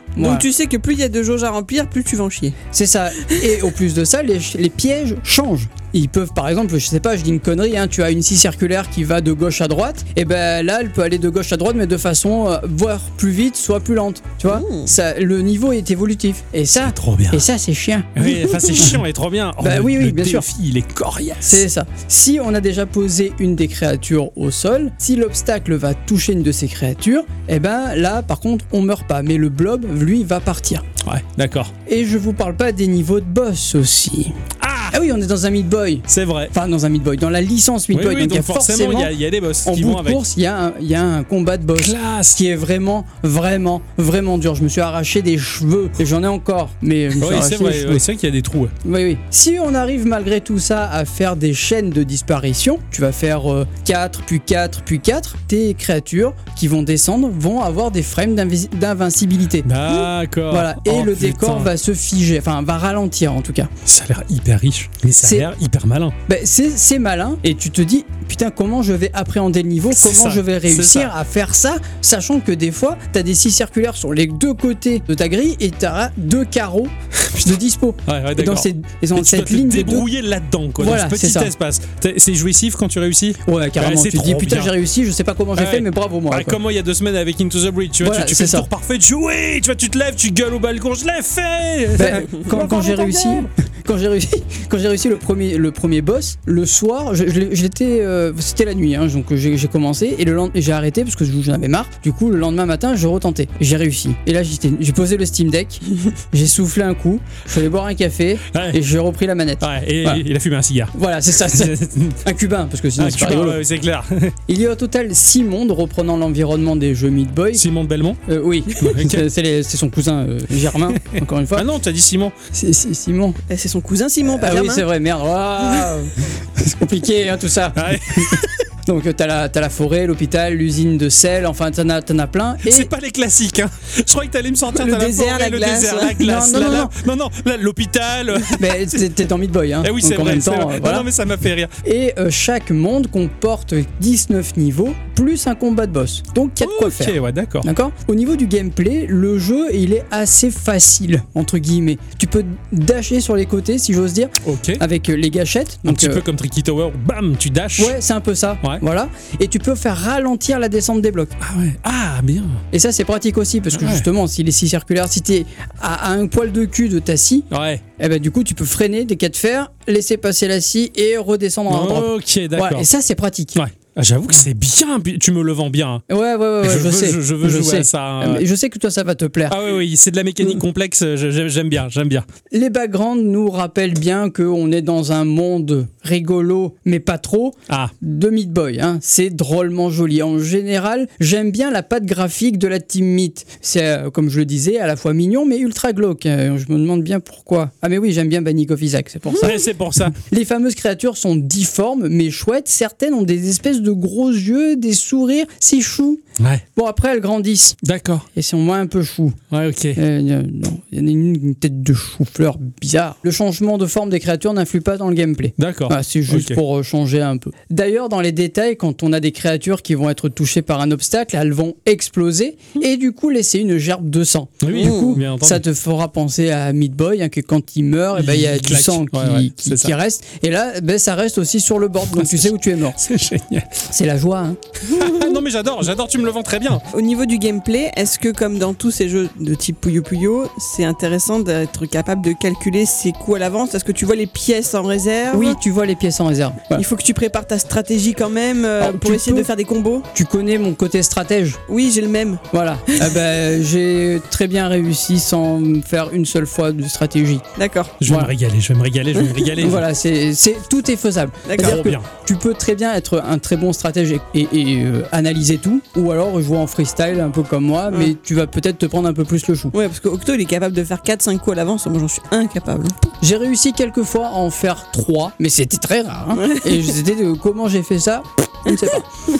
Voilà. Donc tu sais que plus il y a de jauges à remplir, plus tu vas en chier. C'est ça. Et au plus de ça, les, les pièges changent. Ils peuvent, par exemple, je sais pas, je dis une connerie, hein, tu as une scie circulaire qui va de gauche à droite, et ben là, elle peut aller de gauche à droite, mais de façon, euh, voire plus vite, soit plus lente. Tu vois, Mmh. ça, le niveau est évolutif. Et ça, C'est trop bien. et ça, c'est chiant. Oui, enfin c'est chiant et trop bien. Oh, Bah le, oui, oui, le bien sûr. défi, il est coriace. C'est ça. Si on a déjà posé une des créatures au sol, si l'obstacle va toucher une de ces créatures, et ben là, par contre, on meurt pas, mais le blob, lui, va partir. Ouais, d'accord. Et je vous parle pas des niveaux de boss aussi. Ah, Ah oui, on est dans un Meat Boy. c'est vrai. Enfin, dans un Meat Boy, dans la licence Meat Oui, Boy. oui, donc, il y a donc forcément, forcément, il y, a- il y a des boss en qui bout vont de avec. course, il y, a un- il y a un combat de boss Classe. qui est vraiment, vraiment, vraiment dur. Je me suis arraché des cheveux et j'en ai encore. Mais je me suis Oui, arraché c'est vrai, les cheveux. oui, c'est vrai qu'il y a des trous. ouais. Oui, oui. Si on arrive malgré tout ça à faire des chaînes de disparition, tu vas faire euh, quatre, puis quatre, puis quatre, tes créatures qui vont descendre vont avoir des frames d'invis- d'invincibilité. D'accord. Voilà, et Oh, le putain. décor va se figer, enfin va ralentir en tout cas. Ça a l'air hyper riche, mais ça a C'est- l'air hyper malin. Ben, c'est c'est malin et tu te dis putain comment je vais appréhender le niveau, C'est comment ça, je vais c'est réussir ça. à faire ça, sachant que des fois t'as des scies circulaires sur les deux côtés de ta grille et t'auras deux carreaux de dispo. Ouais, ouais, Et dans, d'accord. cette, et dans Et tu dois cette te ligne de deux... débrouiller là-dedans, quoi, Voilà, dans ce c'est petit ça. espace. T'es- C'est jouissif quand tu réussis. Ouais carrément, Ouais, c'est tu te dis trop putain bien. j'ai réussi, je sais pas comment j'ai Ouais, fait ouais. mais bravo moi. Ouais, quoi. comme moi il y a deux semaines avec Into the Breach, tu vois, Voilà, tu, tu c'est fais ça. le tour parfait, tu oui, tu vois, tu te lèves, tu gueules au balcon, je l'ai fait. Ben, quand, quand j'ai réussi, quand j'ai réussi, quand j'ai réussi le premier, le premier boss, le soir, je, je l'ai- j'étais, euh, c'était la nuit, hein, donc j'ai, j'ai commencé et le lend- et j'ai arrêté parce que j'en avais marre. Du coup, le lendemain matin, je retentais. J'ai réussi. Et là, j'étais- j'ai posé le Steam Deck, j'ai soufflé un coup, je suis allé boire un café Ouais. et j'ai repris la manette. Ouais, et Voilà. il a fumé un cigare. Voilà, c'est ça, c'est un cubain parce que sinon Ah, c'est pas Cuba, rigolo. ouais, c'est clair. Il y a au total six mondes reprenant l'environnement des jeux Meat Boy. Simon de Belmont. Euh, oui, c'est, c'est les- c'est son cousin euh, Germain, encore une fois. Ah non, t'as dit Simon. C'est, c'est Simon. Eh, C'est son cousin Simon, pas Ah oui, Germain. c'est vrai, merde. Waouh. C'est compliqué, hein, tout ça. Ouais. Donc, euh, t'as la, t'as la forêt, l'hôpital, l'usine de sel, enfin, t'en as, t'en as plein. Et C'est pas les classiques, hein. Je croyais que t'allais me sortir Le t'as la désert, forêt, la le glace, désert, ouais. la glace, Non, non, la non, lave. non, non, là, l'hôpital. mais t'es, t'es dans Meat Boy, hein. Eh oui, Donc, c'est en vrai. même c'est temps, vrai. euh, Non, voilà. non, mais ça m'a fait rire. Et euh, chaque monde comporte dix-neuf niveaux, plus un combat de boss. Donc, il y a de quoi faire. Ok, ouais, d'accord. D'accord. Au niveau du gameplay, le jeu il est assez facile entre guillemets. Tu peux dasher sur les côtés si j'ose dire Ok. avec euh, les gâchettes. Un petit euh, peu comme Tricky Tower, bam, tu dashes. ouais, c'est un peu ça. Ouais. Voilà. Et tu peux faire ralentir la descente des blocs. Ah ouais. Ah, bien. Et ça c'est pratique aussi parce que Ouais. justement si les scies circulaires, si t'es à, à un poil de cul de ta scie, Ouais. eh ben du coup tu peux freiner des cas de fer, laisser passer la scie et redescendre en drop. Ok, d'accord. Voilà. Et ça c'est pratique. Ouais. Ah, j'avoue que c'est bien, tu me le vends bien. Ouais ouais ouais, ouais, je, je, veux, sais. je, je veux jouer sais. à ça. hein. Euh, mais Je sais que toi ça va te plaire. Ah oui, oui, c'est de la mécanique Mm. complexe, je- j'aime j'aime bien, j'aime bien. Les backgrounds nous rappellent bien qu'on est dans un monde rigolo, mais pas trop, Ah, de Meat Boy. Hein. C'est drôlement joli. En général, j'aime bien la patte graphique de la Team Meat. C'est, euh, comme je le disais, à la fois mignon, mais ultra glauque. Euh, je me demande bien pourquoi. Ah mais oui, j'aime bien Banning of Isaac, c'est pour ça. ouais, c'est pour ça. Les fameuses créatures sont difformes, mais chouettes. Certaines ont des espèces de gros yeux, des sourires. C'est chou. Ouais, Bon, après, elles grandissent. d'accord. Et sont moins un peu chou. Ouais, ok. Euh, euh, non, il y en a une, une tête de chou-fleur bizarre. Le changement de forme des créatures n'influe pas dans le gameplay. D'accord. Ah, c'est juste Ok. pour euh, changer un peu. D'ailleurs, dans les détails, quand on a des créatures qui vont être touchées par un obstacle, elles vont exploser et du coup laisser une gerbe de sang. Oui, Du coup, bien entendu. ça te fera penser à Meat Boy, hein, que quand il meurt, eh ben, il y a Il du claque. sang qui, Ouais, ouais, qui- c'est ça. qui reste. Et là, eh ben, ça reste aussi sur le board, donc tu sais où tu es mort. C'est génial. C'est la joie. Hein. Ah, non, mais j'adore, j'adore, tu me le vends très bien. Au niveau du gameplay, est-ce que comme dans tous ces jeux de type Puyo Puyo, c'est intéressant d'être capable de calculer ses coups à l'avance? Est-ce que tu vois les pièces en réserve? Oui, tu vois les pièces en réserve. Voilà. Il faut que tu prépares ta stratégie quand même euh, Alors, pour tu essayer peux- de faire des combos. Tu connais mon côté stratège. Oui, j'ai le même. Voilà. Eh ben, j'ai très bien réussi sans faire une seule fois de stratégie. D'accord. Je vais Voilà. me régaler, je vais me régaler, je vais me régaler. Voilà, c'est, c'est, tout est faisable. D'accord. Trop C'est-à-dire que bien. tu peux très bien être un très bon stratège et, et, et, euh, analyser tout, ou alors jouer en freestyle un peu comme moi, mais tu vas peut-être te prendre un peu plus le chou. Ouais, parce que Octo il est capable de faire quatre cinq coups à l'avance, moi j'en suis incapable. J'ai réussi quelques fois à en faire trois, mais c'était très rare. Hein. Et c'était de comment j'ai fait ça, on ne sait pas.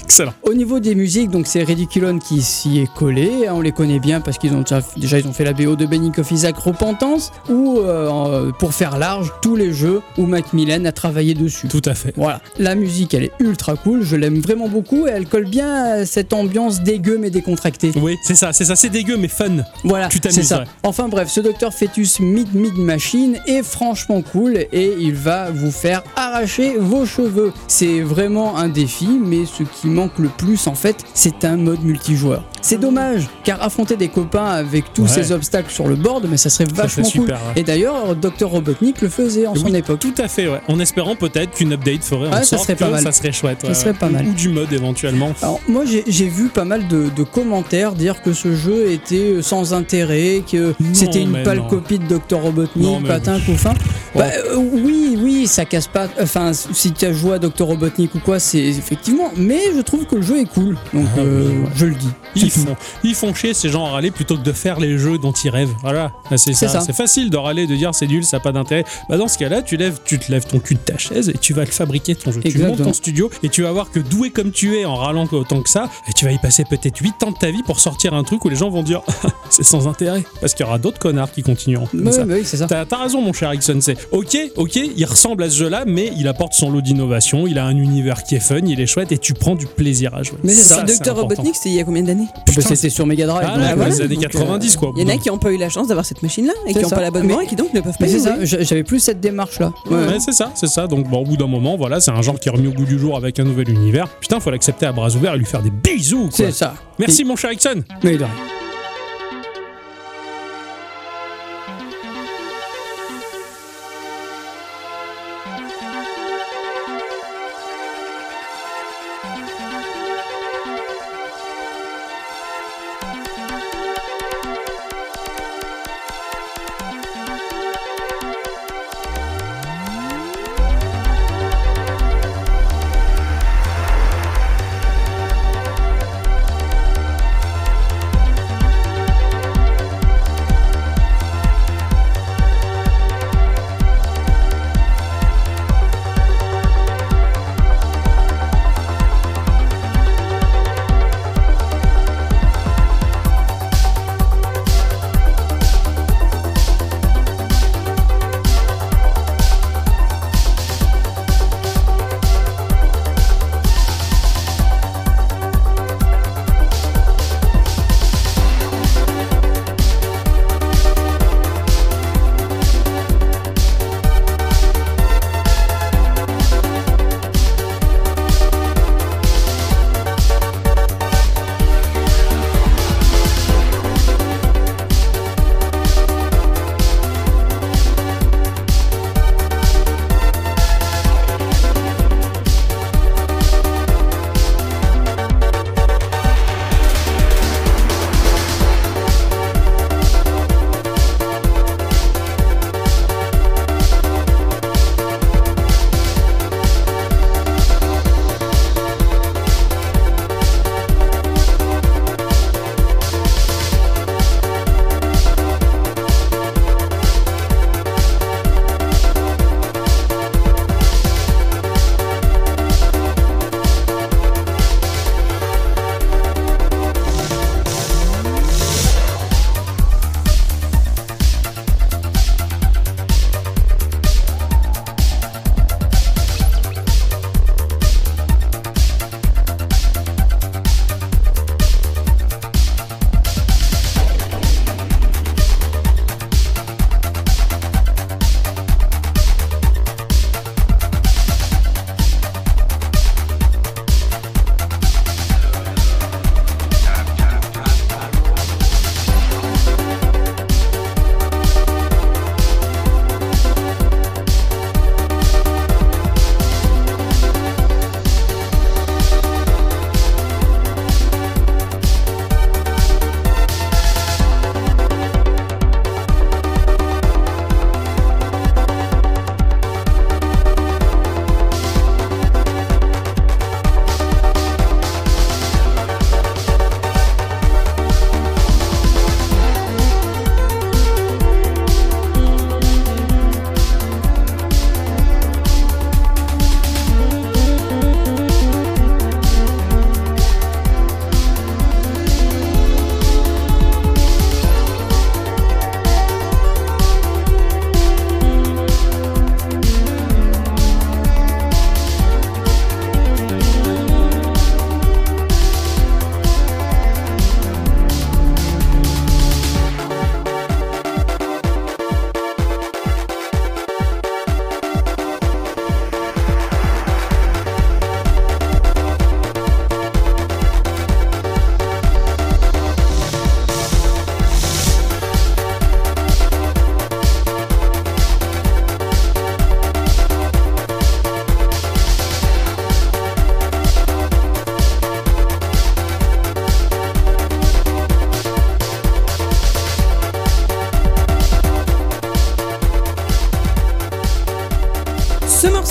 Excellent. Au niveau des musiques, donc c'est Ridiculon qui s'y est collé. On les connaît bien parce qu'ils ont déjà, déjà ils ont fait la B O de Benny of Isaac Repentance ou euh, pour faire large tous les jeux où Macmillan a travaillé dessus. Tout à fait. Voilà, la musique elle est ultra cool, je l'aime vraiment beaucoup et elle colle bien à cette ambiance dégueu mais décontractée. Oui, c'est ça, c'est ça, c'est dégueu mais fun. Voilà, tu t'amuses, c'est ça. ouais. Enfin bref, ce Docteur Fetus Mid Mid Machine est franchement cool et il va vous faire arracher vos cheveux. C'est vraiment un défi, mais ce qui manque le plus en fait, c'est un mode multijoueur. C'est dommage, car affronter des copains avec tous Ouais. ces obstacles sur le board, mais ça serait Ça vachement serait cool. super, ouais. Et d'ailleurs, Docteur Robotnik le faisait en Oui, son époque. Tout à fait, ouais. En espérant peut-être qu'une update ferait en Ouais, ça sorte serait que pas mal. ça serait chouette. Ça ouais, serait ouais. pas mal. Ou du mode éventuellement. Alors moi j'ai, j'ai vu pas mal de, de commentaires dire que ce jeu était sans intérêt, que Non, c'était une mais pâle non. copie de Docteur Robotnik, Non, mais patin, oui. couffin. Oh. Bah, euh, oui, oui, ça casse pas. Enfin, si tu as joué à Docteur Robotnik ou quoi, c'est effectivement. Mais je trouve que le jeu est cool, donc Ah, euh, oui, ouais. je le dis. Ils C'est tout. font, ils font chier ces gens à râler plutôt que de faire les jeux dont ils rêvent. Voilà, c'est ça. C'est ça. C'est facile de râler, de dire c'est nul, ça n'a pas d'intérêt. Bah dans ce cas-là, tu lèves, tu te lèves ton cul de ta chaise et tu vas le fabriquer ton jeu. Tu Exactement. montes ton studio et tu vas voir que doué comme tu es en râlant autant que ça, et tu vas y passer peut-être huit ans de ta vie pour sortir un truc où les gens vont dire c'est sans intérêt parce qu'il y aura d'autres connards qui continueront. Comme Ouais, ça. bah oui, c'est ça. T'as, t'as raison mon cher Ixon, c'est ok, ok, il ressemble à ce jeu-là, mais il apporte son lot d'innovation, il a un univers qui est fun, il est chouette et tu prends du plaisir à jouer. Mais c'est ça, c'est Docteur important. Robotnik, c'était il y a combien d'années Bah, Putain, c'était sur Mega Drive. Ah, donc, là, euh, dans les voilà, années donc, quatre-vingt-dix quoi. Il y en a qui n'ont pas eu la chance d'avoir cette machine-là et C'est qui n'ont ça. pas l'abonnement Mais- et qui donc ne peuvent pas Mais y c'est jouer. ça, j'a- j'avais plus cette démarche-là. Ouais. Ouais, c'est ça, c'est ça. Donc, bon, au bout d'un moment, voilà, c'est un genre qui est remis au goût du jour avec un nouvel univers. Putain, faut l'accepter à bras ouverts et lui faire des bisous, quoi. C'est ça. Merci, mon cher Ixon. Mais de rien.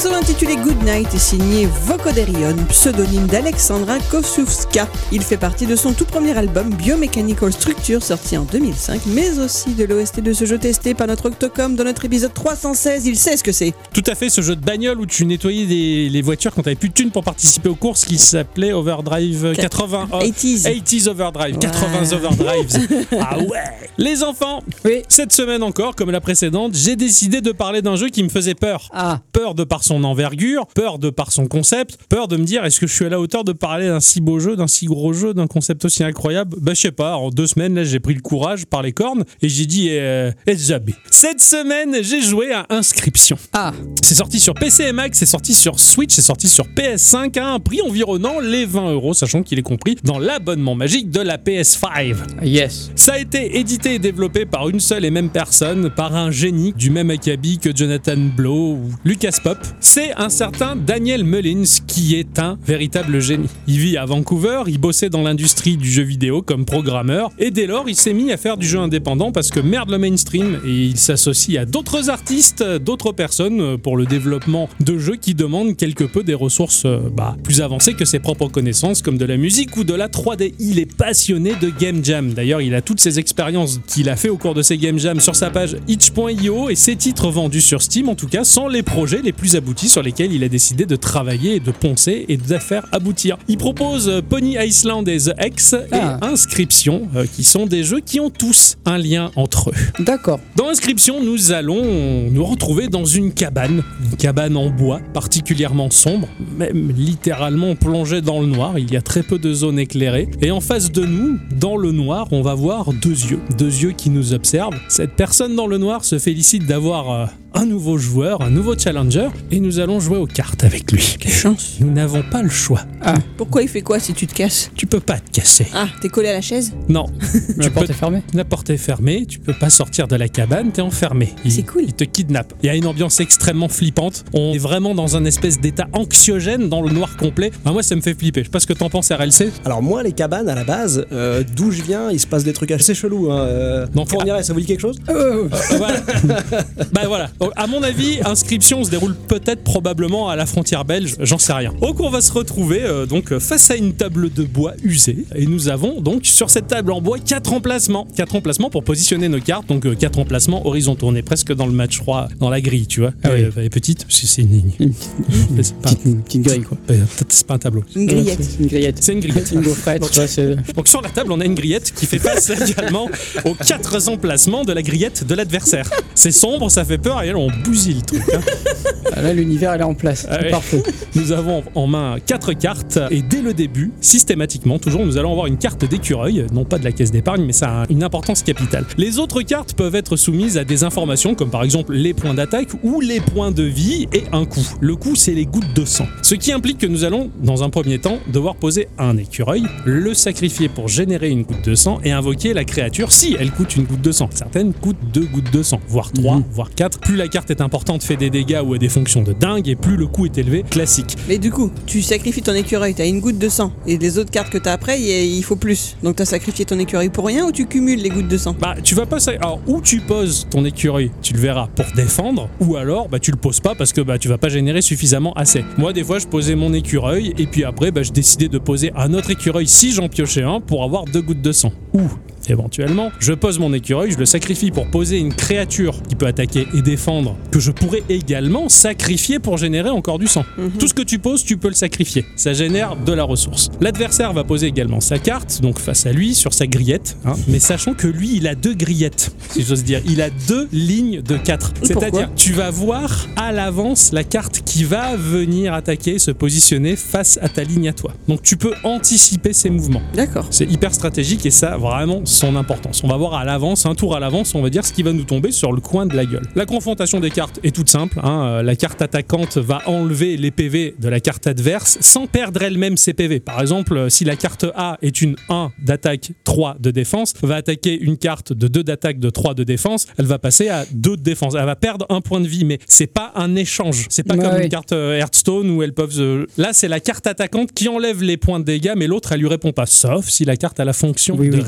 morceau intitulé Good Night est signé Vocoderion, pseudonyme d'Alexandra Kosciuszka. Il fait partie de son tout premier album Biomechanical Structure, sorti en deux mille cinq, mais aussi de l'O S T de ce jeu testé par notre Octocom dans notre épisode trois cent seize. Il sait ce que c'est. Tout à fait, ce jeu de bagnole où tu nettoyais des, les voitures quand t'avais plus de thunes pour participer aux courses, qui s'appelait Overdrive quatre-vingts. quatre-vingts. quatre-vingts Overdrive. Ouais. quatre-vingts Overdrives. Ah ouais. Les enfants, Oui. cette semaine encore, comme la précédente, j'ai décidé de parler d'un jeu qui me faisait peur. Ah, Peur de par son envergure, peur de par son concept, peur de me dire est-ce que je suis à la hauteur de parler d'un si beau jeu, d'un si gros jeu, d'un concept aussi incroyable. Bah je sais pas, en deux semaines là j'ai pris le courage par les cornes et j'ai dit euh, eh, jamais. Cette semaine j'ai joué à Inscription. ah, C'est sorti sur P C et Mac, c'est sorti sur Switch, c'est sorti sur P S cinq à un prix environnant les vingt euros, sachant qu'il est compris dans l'abonnement magique de la P S cinq. yes. Ça a été édité et développé par une seule et même personne, par un génie du même acabit que Jonathan Blow ou Lucas Pop. C'est un certain Daniel Mullins qui est un véritable génie. Il vit à Vancouver, il bossait dans l'industrie du jeu vidéo comme programmeur et dès lors il s'est mis à faire du jeu indépendant parce que merde le mainstream et il s'associe à d'autres artistes, d'autres personnes pour le développement de jeux qui demandent quelque peu des ressources bah, plus avancées que ses propres connaissances comme de la musique ou de la trois D. Il est passionné de game jam. D'ailleurs il a toutes ses expériences qu'il a fait au cours de ses game jams sur sa page itch point io et ses titres vendus sur Steam en tout cas sont les projets les plus aboutis sur lesquels il a décidé de travailler et de poncer et de faire aboutir. Il propose Pony Island et The X Ah. et Inscription euh, qui sont des jeux qui ont tous un lien entre eux. D'accord. Dans Inscription, nous allons nous retrouver dans une cabane, une cabane en bois particulièrement sombre, même littéralement plongée dans le noir. Il y a très peu de zones éclairées. Et en face de nous, dans le noir, on va voir deux yeux, deux yeux qui nous observent. Cette personne dans le noir se félicite d'avoir euh, un nouveau joueur, un nouveau challenger, et nous allons jouer aux cartes avec lui. Quelle chance. Nous n'avons pas le choix. Ah, Pourquoi il fait quoi si tu te casses? Tu peux pas te casser. Ah, t'es collé à la chaise? Non. la tu porte peux est fermée. La porte est fermée, tu peux pas sortir de la cabane, t'es enfermé. Il- C'est cool. Il te kidnappe. Il y a une ambiance extrêmement flippante. On est vraiment dans un espèce d'état anxiogène dans le noir complet. Bah, moi, ça me fait flipper. Je sais pas ce que t'en penses, R L C. Alors moi, les cabanes, à la base, euh, d'où je viens, il se passe des trucs assez chelous. Hein. Euh, Donc, Fourniret, ça vous dit quelque chose? Oh, Euh, voilà. Bah voilà. Donc, à mon avis, Inscription se déroule peut-être probablement à la frontière belge, j'en sais rien. Donc on va se retrouver euh, donc face à une table de bois usée et nous avons donc sur cette table en bois quatre emplacements, quatre emplacements pour positionner nos cartes. Donc euh, quatre emplacements horizontaux. On est presque dans le match froid, dans la grille, tu vois. Ah oui. Euh, elle est petite, c'est c'est une, Une mais c'est pas, petite, une petite grille, quoi. euh, c'est pas un tableau. Une grillette. C'est une grillette. C'est une grillette. Une gaufrette, tu vois, c'est... Donc sur la table, on a une grillette qui fait face également aux quatre emplacements de la grillette de l'adversaire. C'est sombre, ça fait peur et là on bousille le truc. Hein. Ah, là, l'univers, elle est en place. Ah C'est oui. parfait. Nous avons en main quatre cartes et dès le début, systématiquement, toujours, nous allons avoir une carte d'écureuil, non pas de la caisse d'épargne, mais ça a une importance capitale. Les autres cartes peuvent être soumises à des informations comme par exemple les points d'attaque ou les points de vie et un coup. Le coup, c'est les gouttes de sang. Ce qui implique que nous allons, dans un premier temps, devoir poser un écureuil, le sacrifier pour générer une goutte de sang et invoquer la créature si elle coûte une goutte de sang. Certaines coûtent deux gouttes de sang, voire trois, Mhm. voire quatre. Plus la carte est importante, fait des dégâts ou a des fonctions de dingue, et plus le coût est élevé, classique. Mais du coup, tu sacrifies ton écureuil, t'as une goutte de sang. Et les autres cartes que t'as après, il il faut plus. Donc t'as sacrifié ton écureuil pour rien ou tu cumules les gouttes de sang? Bah, tu vas pas. sa- Alors, ou tu poses ton écureuil, tu le verras, pour défendre, ou alors, bah, tu le poses pas parce que bah, tu vas pas générer suffisamment assez. Moi, des fois, je posais mon écureuil, et puis après, bah, je décidais de poser un autre écureuil si j'en piochais un pour avoir deux gouttes de sang. Ou. Éventuellement, je pose mon écureuil, je le sacrifie pour poser une créature qui peut attaquer et défendre, que je pourrais également sacrifier pour générer encore du sang. Mhm. Tout ce que tu poses, tu peux le sacrifier. Ça génère de la ressource. L'adversaire va poser également sa carte, donc face à lui, sur sa grillette, hein, mais sachant que lui, il a deux grillettes, si j'ose dire. Il a deux lignes de quatre. C'est-à-dire, Pourquoi tu vas voir à l'avance la carte qui va venir attaquer, se positionner face à ta ligne à toi. Donc tu peux anticiper ses mouvements. D'accord. C'est hyper stratégique et ça a vraiment son importance. On va voir à l'avance, un tour à l'avance, on va dire ce qui va nous tomber sur le coin de la gueule. La confrontation des cartes est toute simple. Hein. Euh, La carte attaquante va enlever les P V de la carte adverse sans perdre elle-même ses P V. Par exemple, euh, si la carte A est une un d'attaque, trois de défense, va attaquer une carte de deux d'attaque, de trois de défense, elle va passer à deux de défense. Elle va perdre un point de vie, mais c'est pas un échange. C'est pas Ouais, comme ouais. une carte euh, Hearthstone où elles peuvent... euh, Là, c'est la carte attaquante qui enlève les points de dégâts, mais l'autre, elle lui répond pas. Sauf si la carte a la fonction Oui, de oui,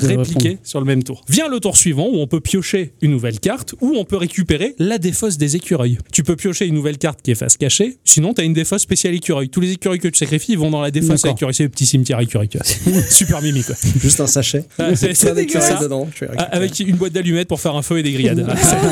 répliquer répondre. sur le même tour. Vient le tour suivant où on peut piocher une nouvelle carte ou on peut récupérer la défausse des écureuils. Tu peux piocher une nouvelle carte qui est face cachée, sinon tu as une défausse spéciale écureuil. Tous les écureuils que tu sacrifies ils vont dans la défausse à D'accord. écureuil. C'est le petit cimetière écureuil. tu vois. Super mimi quoi. Juste un sachet. Ah, c'est- c'est Plein d'écureuils ça. dedans. Je vais Ah, récupérer. Avec une boîte d'allumettes pour faire un feu et des grillades.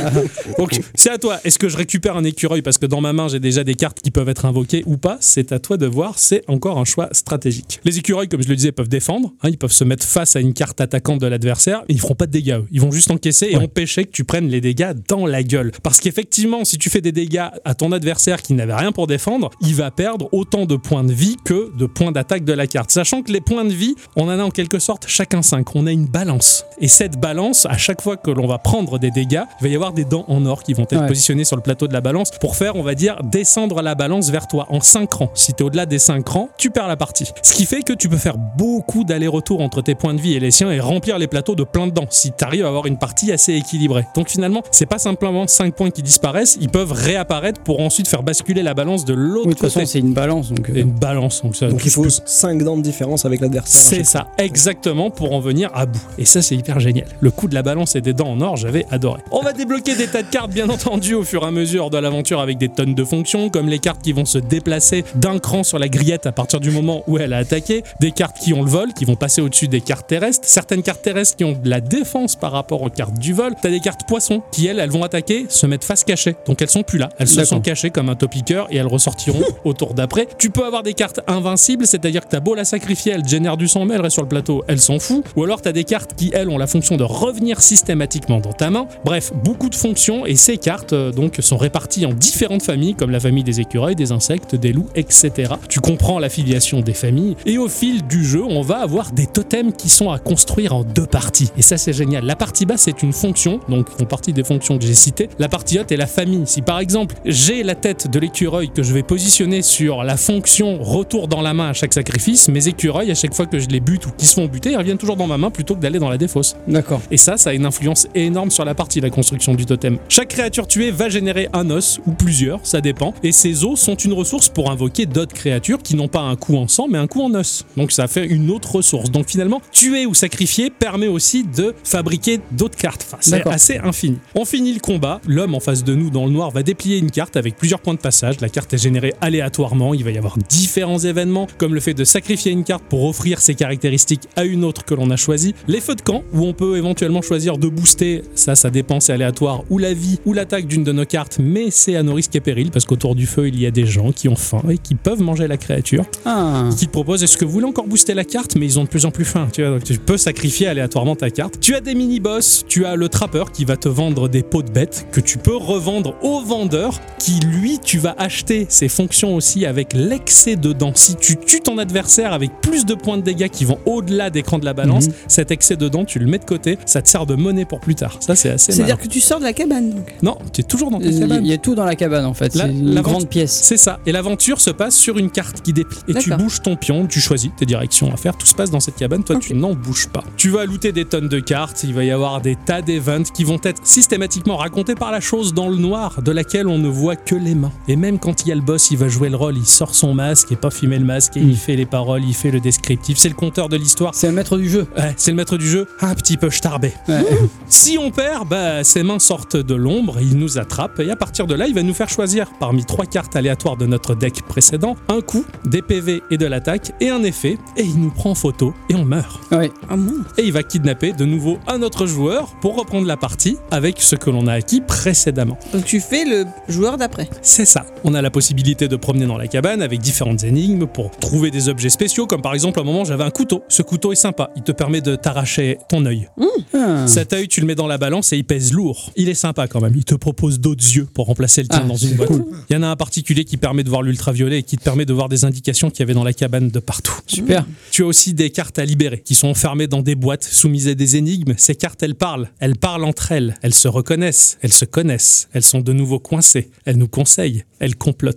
Donc c'est à toi. Est-ce que je récupère un écureuil parce que dans ma main j'ai déjà des cartes qui peuvent être invoquées ou pas? C'est à toi de voir. C'est encore un choix stratégique. Les écureuils, comme je le disais, peuvent défendre. Hein, ils peuvent se mettre face à une carte attaquante de l'adversaire. Ils feront pas de dégâts. Eux. Ils vont juste encaisser et Ouais. empêcher que tu prennes les dégâts dans la gueule. Parce qu'effectivement, si tu fais des dégâts à ton adversaire qui n'avait rien pour défendre, il va perdre autant de points de vie que de points d'attaque de la carte. Sachant que les points de vie, on en a en quelque sorte chacun cinq. On a une balance. Et cette balance, à chaque fois que l'on va prendre des dégâts, il va y avoir des dents en or qui vont être Ouais. positionnées sur le plateau de la balance pour faire, on va dire, descendre la balance vers toi en cinq rangs. Si tu es au-delà des cinq rangs, tu perds la partie. Ce qui fait que tu peux faire beaucoup d'allers-retours entre tes points de vie et les siens et remplir les plateaux de plein de dents si tu arrives à avoir une partie assez équilibrée. Donc finalement, c'est pas simplement cinq points qui disparaissent, ils peuvent réapparaître pour ensuite faire basculer la balance de l'autre Oui, de toute côté. façon, c'est une balance. Donc, euh, Et une balance. Donc, ça, Donc tu il faut peux- cinq dents de différence avec l'adversaire. c'est ça, exactement, pour en venir à bout. Et ça, c'est hyper génial. Le coup de la balance et des dents en or, j'avais adoré. On va débloquer des tas de cartes, bien entendu, au fur et à mesure de l'aventure avec des tonnes de fonctions, comme les cartes qui vont se déplacer d'un cran sur la grillette à partir du moment où elle a attaqué, des cartes qui ont le vol, qui vont passer au-dessus des cartes terrestres, certaines cartes terrestres qui ont de la défense par rapport aux cartes du vol. T'as des cartes poissons qui, elles, elles vont attaquer, se mettre face cachée. Donc elles sont plus là, elles se D'accord. sont cachées comme un topiqueur et elles ressortiront au tour d'après. Tu peux avoir des cartes invincibles, c'est-à-dire que t'as beau la sacrifier, elle génère du sang, mais elle reste sur le plateau, elle s'en fout. Ou alors t'as des cartes qui, elles, ont la fonction de revenir systématiquement dans ta main. Bref, beaucoup de fonctions et ces cartes euh, donc sont réparties en différentes familles, comme la famille des écureuils, des insectes, des loups, et cetera. Tu comprends l'affiliation des familles et au fil du jeu, on va avoir des totems qui sont à construire en deux parties. Et ça, c'est génial. La partie basse, c'est une fonction, donc font partie des fonctions que j'ai citées. La partie haute est la famille. Si par exemple, j'ai la tête de l'écureuil que je vais positionner sur la fonction retour dans la main à chaque sacrifice, mes écureuils, à chaque fois que je les bute ou qu'ils se font buter, ils reviennent toujours dans ma main plutôt que d'aller dans la défausse. D'accord. Et ça, ça a une influence énorme sur la partie, la construction du totem. Chaque créature tuée va générer un os, ou plusieurs, ça dépend. Et ces os sont une ressource pour invoquer d'autres créatures qui n'ont pas un coup en sang, mais un coup en os. Donc ça fait une autre ressource. Donc finalement, tuer ou sacrifier permet aussi de fabriquer d'autres cartes. Enfin, c'est D'accord. assez infini. On finit le combat. L'homme en face de nous, dans le noir, va déplier une carte avec plusieurs points de passage. La carte est générée aléatoirement. Il va y avoir différents événements, comme le fait de sacrifier une carte pour offrir ses caractéristiques à une autre que l'on a choisie. Les feux de camp, où on peut éventuellement choisir de booster, ça, ça dépend, c'est aléatoire, ou la vie, ou l'attaque d'une de nos cartes, mais c'est à nos risques et périls, parce qu'autour du feu, il y a des gens qui ont faim et qui peuvent manger la créature, Ah. qui te proposent, est-ce que vous voulez encore booster la carte, mais ils ont de plus en plus faim, tu vois, donc tu peux sacrifier aléatoirement ta carte. Tu as des mini-boss, tu as le trappeur qui va te vendre des peaux de bêtes, que tu peux revendre au vendeur, qui lui, tu vas acheter ses fonctions aussi avec l'excès de dents. Si tu tues ton adversaire avec plus de points de dégâts qui vont au-delà d'écran de la balance, Mhm. cet excès de dents, tu le mets de côté, ça te sert de monnaie pour plus tard. Ça, c'est assez malin. C'est-à-dire que tu sors de la cabane, donc. Non, tu es toujours dans ta Il cabane. y a tout dans la cabane en fait. La- C'est une la grande vente- pièce. C'est ça. Et l'aventure se passe sur une carte qui déplie. Et tu D'accord. bouges ton pion, tu choisis tes directions à faire. Tout se passe dans cette cabane. Toi, Ok. tu n'en bouges pas. Tu vas looter des tonnes de cartes. Il va y avoir des tas d'events qui vont être systématiquement racontés par la chose dans le noir, de laquelle on ne voit que les mains. Et même quand il y a le boss, il va jouer le rôle. Il sort son masque et pas fumer le masque. Et Mm. il fait les paroles, il fait le descriptif. C'est le conteur de l'histoire. C'est un maître du jeu. Ouais, c'est le maître du jeu. Un petit peu starbé. Ouais. Si on perd, bah, ses mains sortent de l'ombre, il nous attrape et à partir de là, il va nous faire choisir parmi trois cartes aléatoires de notre deck précédent un coup, des P V et de l'attaque et un effet et il nous prend en photo et on meurt. Ouais. Ah mince. Et il va kidnapper de nouveau un autre joueur pour reprendre la partie avec ce que l'on a acquis précédemment. Donc tu fais le joueur d'après. C'est ça. On a la possibilité de promener dans la cabane avec différentes énigmes pour trouver des objets spéciaux comme par exemple à un moment j'avais un couteau. Ce couteau est sympa, il te permet de t'arracher ton œil. Ah. Cet œil, tu le mets dans la balance et il pèse lourd. Il est sympa quand même. Il te propose d'autres yeux pour remplacer le tien Ah, dans une c'est boîte. cool. Il y en a un particulier qui permet de voir l'ultraviolet et qui te permet de voir des indications qu'il y avait dans la cabane de partout. Super. Tu as aussi des cartes à libérer qui sont enfermées dans des boîtes soumises à des énigmes. Ces cartes, elles parlent. Elles parlent entre elles. Elles se reconnaissent. Elles se connaissent. Elles sont de nouveau coincées. Elles nous conseillent. Elles complotent.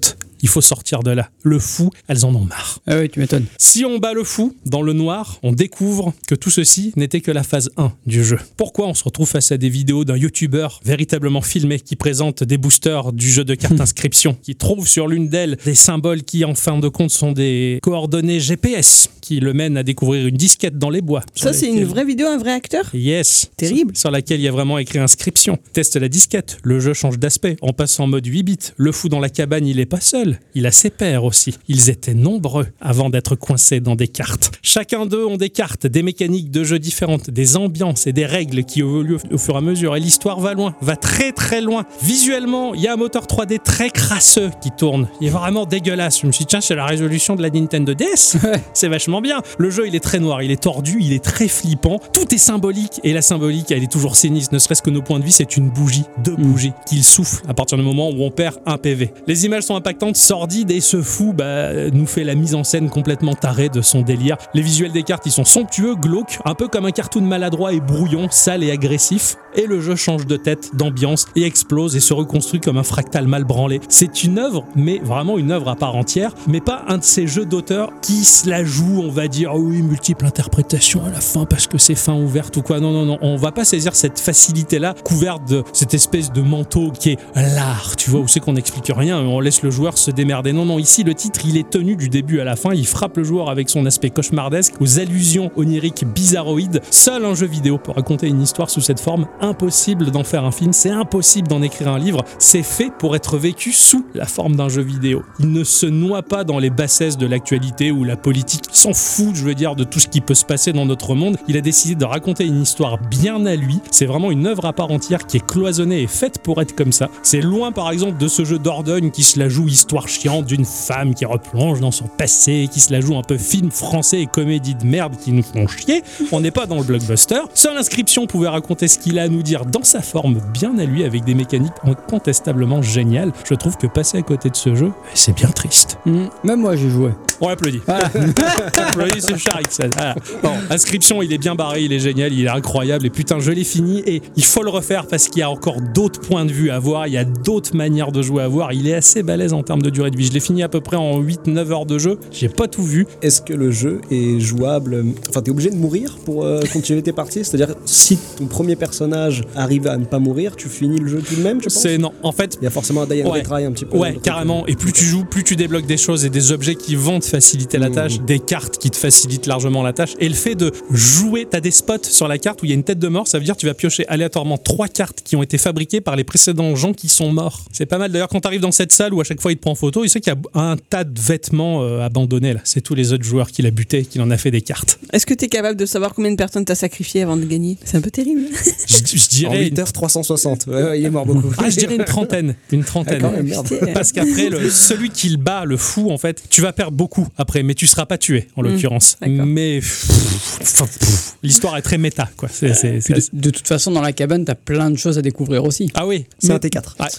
Il faut sortir de là. Le fou, elles en ont marre. Ah oui, tu m'étonnes. Si on bat le fou dans le noir, on découvre que tout ceci n'était que la phase un du jeu. Pourquoi on se retrouve face à des vidéos d'un youtubeur véritablement filmé qui présente des boosters du jeu de cartes inscription, qui trouve sur l'une d'elles des symboles qui en fin de compte sont des coordonnées G P S qui le mènent à découvrir une disquette dans les bois. Ça, c'est une vraie vidéo, un vrai acteur? Yes. Terrible. Sur laquelle il y a vraiment écrit inscription. Teste la disquette, le jeu change d'aspect, on passe en mode huit bits. Le fou dans la cabane, il est pas seul, il a ses pairs aussi. Ils étaient nombreux avant d'être coincés dans des cartes. Chacun d'eux ont des cartes, des mécaniques de jeu différentes, des ambiances et des règles qui évoluent au fur et à mesure. Et l'histoire va loin, va très très loin. Visuellement, il y a un moteur trois D très crasseux qui tourne. Il est vraiment dégueulasse. Je me suis dit, tiens, c'est la résolution de la Nintendo D S. C'est vachement bien. Le jeu, il est très noir, il est tordu, il est très flippant. Tout est symbolique et la symbolique, elle est toujours sinistre. Ne serait-ce que nos points de vie, c'est une bougie, deux bougies qu'il souffle à partir du moment où on perd un P V. Les images sont impactantes, sordides et ce fou bah, nous fait la mise en scène complètement tarée de son délire. Les visuels des cartes, ils sont somptueux, glauques, un peu comme un cartoon maladroit et brouillon, sale et agressif. Et le jeu change de tête, d'ambiance et explose et se reconstruit comme un fractal mal branlé. C'est une œuvre, mais vraiment une œuvre à part entière, mais pas un de ces jeux d'auteur qui se la joue, on va dire, oh oui, multiple interprétation à la fin parce que c'est fin ouverte ou quoi. Non, non, non, on va pas saisir cette facilité-là, couverte de cette espèce de manteau qui est l'art, tu vois, où c'est qu'on n'explique rien, on laisse le joueur se démerder. Non, non, ici, le titre, il est tenu du début à la fin, il frappe le joueur avec son aspect cauchemardesque, aux allusions oniriques bizarroïdes. Seul un jeu vidéo peut raconter une histoire sous cette forme. Impossible d'en faire un film, c'est impossible d'en écrire un livre, c'est fait pour être vécu sous la forme d'un jeu vidéo. Il ne se noie pas dans les bassesses de l'actualité ou la politique, il s'en fout, je veux dire, de tout ce qui peut se passer dans notre monde. Il a décidé de raconter une histoire bien à lui, c'est vraiment une œuvre à part entière qui est cloisonnée et faite pour être comme ça. C'est loin par exemple de ce jeu d'Ordogne qui se la joue histoire chiante d'une femme qui replonge dans son passé, qui se la joue un peu film français et comédie de merde qui nous font chier. On n'est pas dans le blockbuster. Seule Inscription pouvait raconter ce qu'il a à nous dire dans sa forme bien à lui avec des mécaniques incontestablement géniales. Je trouve que passer à côté de ce jeu, c'est bien triste. Mmh. Même moi j'ai joué. On applaudit. Voilà. Applaudit, c'est Charit. Voilà. Bon, Inscription, il est bien barré, il est génial, il est incroyable et putain, je l'ai fini et il faut le refaire parce qu'il y a encore d'autres points de vue à voir, il y a d'autres manières de jouer à voir. Il est assez balèze en termes de durée de vie. Je l'ai fini à peu près en huit neuf heures de jeu. J'ai pas tout vu. Est-ce que le jeu est jouable? Enfin, t'es obligé de mourir pour euh, continuer tes parties? C'est-à-dire, si ton premier personnage arrive à ne pas mourir, tu finis le jeu tout de même, je pense? C'est non. En fait, il y a forcément un die and ouais. retry un petit peu. Ouais, carrément. Et plus tu joues, plus tu débloques des choses et des objets qui vont te faciliter la tâche, mmh. des cartes qui te facilitent largement la tâche. Et le fait de jouer, t'as des spots sur la carte où il y a une tête de mort, ça veut dire que tu vas piocher aléatoirement trois cartes qui ont été fabriquées par les précédents gens qui sont morts. C'est pas mal. D'ailleurs, quand t'arrives dans cette salle où à chaque fois il te prend en photo, il sait qu'il y a un tas de vêtements euh, abandonnés là. C'est tous les autres joueurs qu'il a butés, qu'il en a fait des cartes. Est-ce que t'es capable de savoir combien de personnes t'as sacrifié avant de gagner? C'est un peu terrible. je, je dirais. En huit heures trois cent soixante. Ouais, ouais, il est mort beaucoup. Ah, je dirais une trentaine. Une trentaine. Ah, quand même, merde. Parce qu'après, le, celui qui le bat, le fou, en fait, tu vas perdre beaucoup après, mais tu seras pas tué, en mmh, l'occurrence. D'accord. Mais pff, pff, pff, l'histoire est très méta, quoi. C'est, c'est, c'est de, de toute façon, dans la cabane, t'as plein de choses à découvrir aussi. Ah oui. C'est mais... un T quatre. Ah,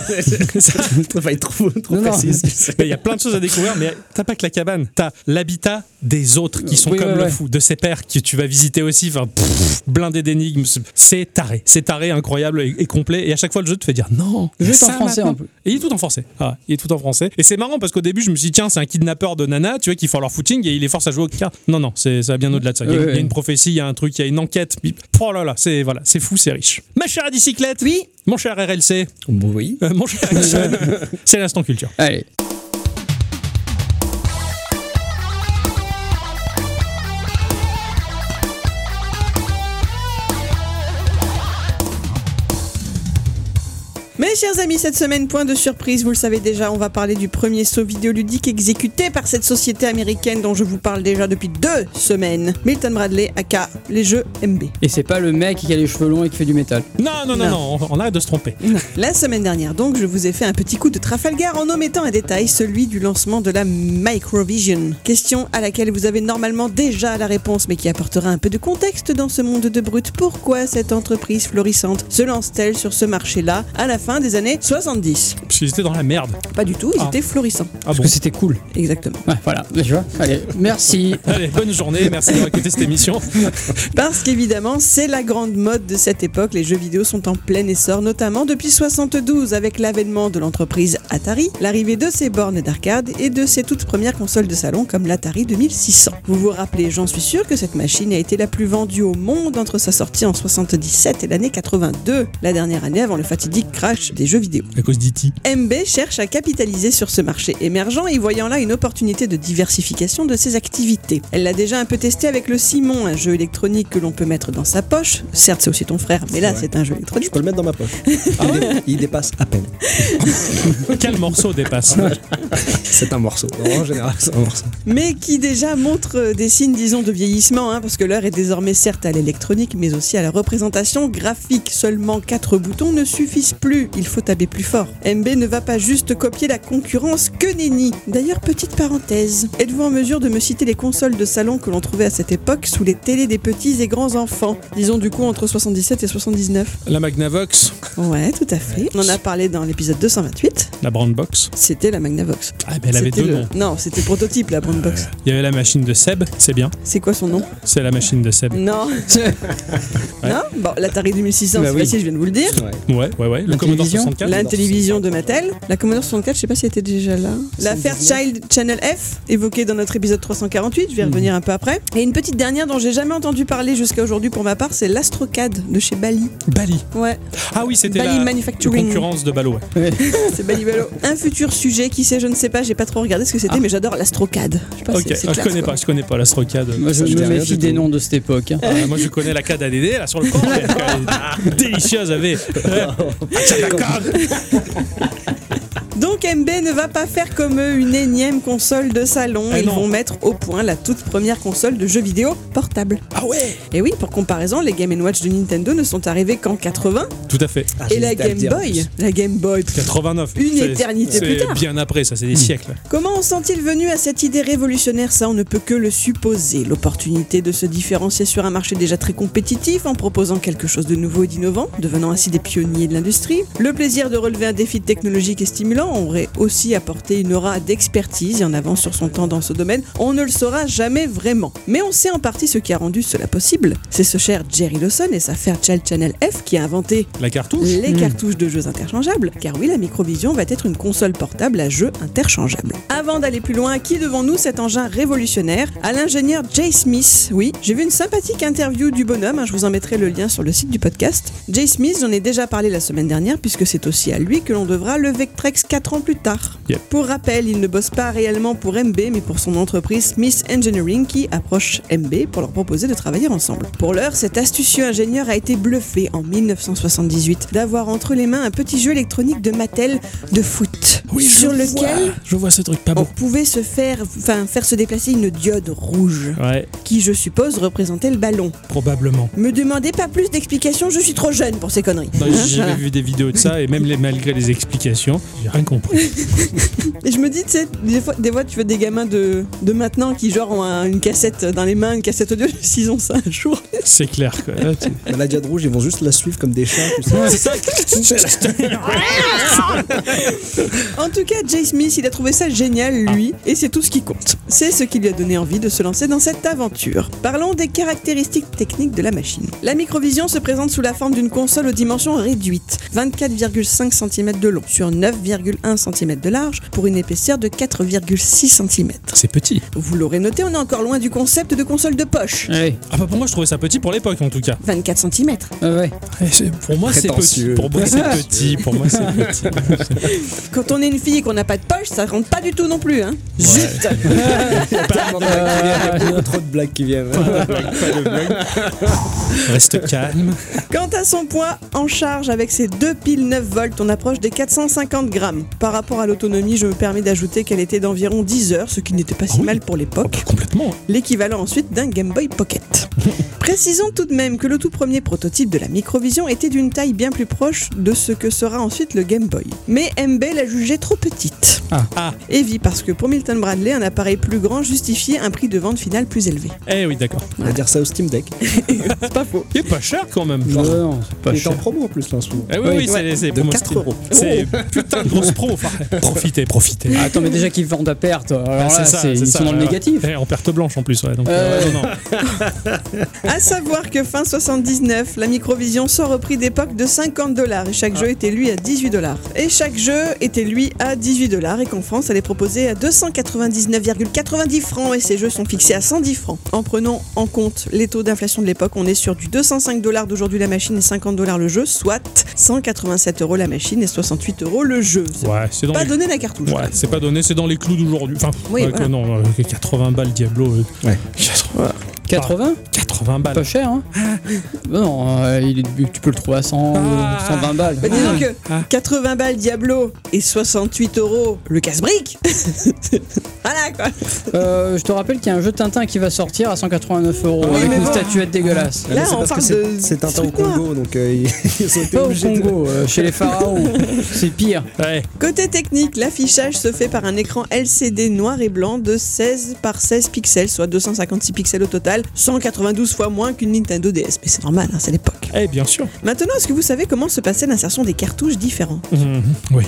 ça va être trop, trop précis. Il y a plein de choses à découvrir, mais t'as pas que la cabane. T'as l'habitat des autres qui sont oui, comme ouais, le ouais. fou, de ses pairs que tu vas visiter aussi. Enfin, pff, blindé d'énigmes. C'est taré. C'est taré, incroyable et, et complet. Et à chaque fois, le jeu te fait dire non. Le jeu est en français un peu. Et il est tout en français. Ah, il est tout en français. Et c'est marrant parce qu'au début, je me suis dit, tiens, c'est un kidnappeur de nana, tu vois, qui font leur footing et il les force à jouer aux cartes. Non, non, c'est, ça va bien au-delà de ça. Il y a, oui, il y a une prophétie, il y a un truc, il y a une enquête. Oh là là, c'est, voilà, c'est fou, c'est riche. Ma chère bicyclette. Oui. Mon cher R L C. Oui. Euh, mon cher Action. C'est l'instant culture. Allez. Mes chers amis, cette semaine, point de surprise, vous le savez déjà, on va parler du premier saut vidéoludique exécuté par cette société américaine dont je vous parle déjà depuis deux semaines. Milton Bradley, aka les jeux M B. Et c'est pas le mec qui a les cheveux longs et qui fait du métal. Non, non, non, non, non on, on arrête de se tromper. Non. La semaine dernière, donc, je vous ai fait un petit coup de Trafalgar en omettant un détail, celui du lancement de la Microvision. Question à laquelle vous avez normalement déjà la réponse, mais qui apportera un peu de contexte dans ce monde de brut. Pourquoi cette entreprise florissante se lance-t-elle sur ce marché-là à la fin des années soixante-dix. Parce qu'ils étaient dans la merde. Pas du tout, ils Ah. étaient florissants. Ah Parce bon. que c'était cool. Exactement. Ouais, voilà, tu vois. Allez, merci. Allez, bonne journée, merci d'avoir écouté cette émission. Parce qu'évidemment, c'est la grande mode de cette époque. Les jeux vidéo sont en plein essor, notamment depuis soixante-douze, avec l'avènement de l'entreprise Atari, l'arrivée de ses bornes d'arcade et de ses toutes premières consoles de salon comme l'Atari deux mille six cents. Vous vous rappelez, j'en suis sûr, que cette machine a été la plus vendue au monde entre sa sortie en soixante-dix-sept et l'année quatre-vingt-deux, la dernière année avant le fatidique crash des jeux vidéo. À cause d'E T. M B cherche à capitaliser sur ce marché émergent et voyant là une opportunité de diversification de ses activités. Elle l'a déjà un peu testé avec le Simon, un jeu électronique que l'on peut mettre dans sa poche. Certes, c'est aussi ton frère, mais là, Ouais. c'est un jeu Je électronique. peux le mettre dans ma poche. Il, dé- il dépasse à peine. Quel morceau dépasse? C'est un morceau. Non, en général, c'est un morceau. Mais qui déjà montre euh, des signes, disons, de vieillissement, hein, parce que l'heure est désormais certes à l'électronique, mais aussi à la représentation graphique. Seulement quatre boutons ne suffisent plus, il faut taper plus fort. M B ne va pas juste copier la concurrence, que nenni. D'ailleurs, petite parenthèse, êtes-vous en mesure de me citer les consoles de salon que l'on trouvait à cette époque sous les télés des petits et grands enfants? Disons du coup entre soixante-dix-sept et soixante-dix-neuf. La Magnavox, Ouais, tout à fait. On en a parlé dans l'épisode deux cent vingt-huit. la Brandbox. C'était la Magnavox. Ah, ben elle avait C'était deux le- noms. Non, c'était le prototype, la Brandbox. Il y avait la machine de Seb, c'est bien. C'est quoi son nom? C'est la machine de Seb. Non. Non. Bon, l'Atari deux mille six cents, Bah c'est oui. facile, je viens de vous le dire. Ouais. Ouais, ouais, ouais. Le La Commodore télévision soixante-quatre. L'Intellivision de Mattel. La Commodore soixante-quatre, je sais pas si elle était déjà là. La Fairchild Channel F, évoquée dans notre épisode trois cent quarante-huit, je vais y revenir un peu après. Et une petite dernière dont j'ai jamais entendu parler jusqu'à aujourd'hui pour ma part, c'est l'Astrocad de chez Bally. Bally. Ouais, Ah oui, c'était Bally la Manufacturing. concurrence de Balo. Ouais. c'est Bally Ballo. Un futur sujet, qui sait, je ne sais pas, j'ai pas trop regardé ce que c'était, mais j'adore l'Astrocad. Je sais pas, Ok, c'est- c'est ah, je classe, connais quoi. pas, je connais pas l'Astrocad. Moi, je Ça, je me dis rien méfie du des tout. noms de cette époque. hein. Euh, moi je connais la C A D A D D là sur le corps. elle est ah, délicieuse, avait. Donc M B ne va pas faire comme eux une énième console de salon. Eh Ils non. vont mettre au point la toute première console de jeux vidéo portable. Ah ouais. Et oui, pour comparaison, les Game and Watch de Nintendo ne sont arrivés qu'en quatre-vingts Tout à fait. Ah, et la j'hésitais à le Game dire, en Boy, plus. la Game Boy. quatre-vingt-neuf. Une C'est- éternité plus c'est tard. bien après, ça c'est des siècles. Comment en sont-ils venus à cette idée révolutionnaire? Ça, on ne peut que le supposer. L'opportunité de se différencier sur un marché déjà très compétitif en proposant quelque chose de nouveau et d'innovant, devenant ainsi des pionniers de l'industrie. Le plaisir de relever un défi technologique et stimulant aurait aussi apporté une aura d'expertise et en avance sur son temps dans ce domaine. On ne le saura jamais vraiment. Mais on sait en partie ce qui a rendu cela possible. C'est ce cher Jerry Lawson et sa Fairchild Channel F qui a inventé La cartouche. les cartouches de jeux interchangeables, car oui, la Microvision va être une console portable à jeux interchangeables. Avant d'aller plus loin, qui devons-nous cet engin révolutionnaire? À l'ingénieur Jay Smith. Oui, j'ai vu une sympathique interview du bonhomme, hein, je vous en mettrai le lien sur le site du podcast. Jay Smith, j'en ai déjà parlé la semaine dernière, puisque c'est aussi à lui que l'on devra le Vectrex quatre ans plus tard. Yep. Pour rappel, il ne bosse pas réellement pour M B, mais pour son entreprise Smith Engineering, qui approche M B pour leur proposer de travailler ensemble. Pour l'heure, cet astucieux ingénieur a été bluffé en mille neuf cent soixante-dix-huit d'avoir entre les mains un petit jeu électronique de Mattel de foot, Oui, je sur vois. lequel Je vois ce truc pas on bon. pouvait se faire, enfin, faire se déplacer une diode rouge, Ouais, qui, je suppose, représentait le ballon. probablement. Me demandez pas plus d'explications, je suis trop jeune pour ces conneries. Non, Hein, J'avais voilà. vu des vidéos de ça et même les, malgré les explications, j'ai rien compris. Et je me dis, tu sais, des fois, des fois, tu vois des gamins de, de maintenant qui, genre, ont un- une cassette dans les mains, une cassette audio, s'ils ont ça un jour. C'est clair quoi. Là, tu- Bah, la diade rouge, ils vont juste la suivre comme des chats. Tu sais. C'est ça. En tout cas, Jay Smith, il a trouvé ça génial, lui, et c'est tout ce qui compte. C'est ce qui lui a donné envie de se lancer dans cette aventure. Parlons des caractéristiques techniques de la machine. La Microvision se présente sous la forme d'une console aux dimensions réduites, vingt-quatre virgule cinq centimètres de long sur neuf virgule un centimètres de large, pour une épaisseur de quatre virgule six centimètres. C'est petit. Vous l'aurez noté, on est encore loin du concept de console de poche. Ouais, Ah bah pour moi je trouvais ça petit pour l'époque en tout cas. vingt-quatre centimètres. ouais, ouais. Ouais, c'est- Pour moi c'est petit. Prétentieux. Pour moi c'est petit. Pour moi c'est petit. Quand on est une fille et qu'on n'a pas de poche, ça rentre pas du tout non plus, hein. Juste. Il y a beaucoup trop de blagues qui viennent. Reste calme. Quant à son poids, en charge avec ses deux piles neuf volts, on approche des quatre cent cinquante grammes. Par rapport à l'autonomie, je me permets d'ajouter qu'elle était d'environ dix heures, ce qui n'était pas si Ah oui. mal pour l'époque. Oh, bah, complètement. L'équivalent ensuite d'un Game Boy Pocket. Précisons tout de même que le tout premier prototype de la Microvision était d'une taille bien plus proche de ce que sera ensuite le Game Boy. Mais M B l'a jugée trop petite. Ah, ah. Heavy parce que pour Milton Bradley, un appareil plus grand justifiait un prix de vente final plus élevé. Eh oui, d'accord. On va dire ça au Steam Deck. C'est pas faux. Il est pas cher quand même. Non, non, c'est pas Il est en cher. promo en plus là en ce moment. Eh oui, oui, Oui, c'est ouais. c'est De promo quatre Steam. euros. C'est putain de grosse pro. Enfin, profitez, profitez. Ah, attends, mais déjà qu'ils vendent à perte, alors Bah, là, c'est ça, c'est- c'est ils ça, sont dans le ouais. négatif. Eh, en perte blanche en plus, ouais. Donc, Euh. euh, non, non. À savoir que fin soixante-dix-neuf, la Microvision sort au prix d'époque de cinquante dollars et chaque jeu était lui à dix-huit dollars. Et chaque jeu était lui à dix-huit dollars et qu'en France, elle est proposée à deux cent quatre-vingt-dix-neuf virgule quatre-vingt-dix francs et ces jeux sont fixés à cent dix francs. En prenant en compte les taux d'inflation de l'époque, on est sur du deux cent cinq dollars d'aujourd'hui la machine et cinquante dollars le jeu, soit cent quatre-vingt-sept euros la machine et soixante-huit euros le jeu. C'est Ouais, c'est dans pas les... donné la cartouche. Ouais, c'est pas donné, c'est dans les clous d'aujourd'hui. Enfin, Oui, ouais, voilà. que non, euh, quatre-vingts balles Diablo. euh, Ouais. quatre-vingts quatre-vingts quatre-vingts balles. Pas cher, hein Non, euh, il est- tu peux le trouver à cent, Ah. cent vingt balles. Bah, disons que Ah. quatre-vingts balles Diablo et soixante-huit euros le casse-brique. Voilà quoi. Euh, je te rappelle qu'il y a un jeu Tintin qui va sortir à cent quatre-vingt-neuf euros Oui, avec mais une bon. statuette dégueulasse. Là, c'est on parce parle que c'est- de- c'est Tintin au trucs noirs. Congo, donc euh, ils ils ont été Pas au obligés de... Congo, euh, chez les pharaons. C'est pire. Ouais. Côté technique, l'affichage se fait par un écran L C D noir et blanc de seize par seize pixels, soit deux cent cinquante-six pixels au total, cent quatre-vingt-douze fois moins qu'une Nintendo D S. Mais c'est normal, hein, c'est l'époque. Eh, bien sûr. Maintenant, est-ce que vous savez comment se passait l'insertion des cartouches différents? Mhm, oui.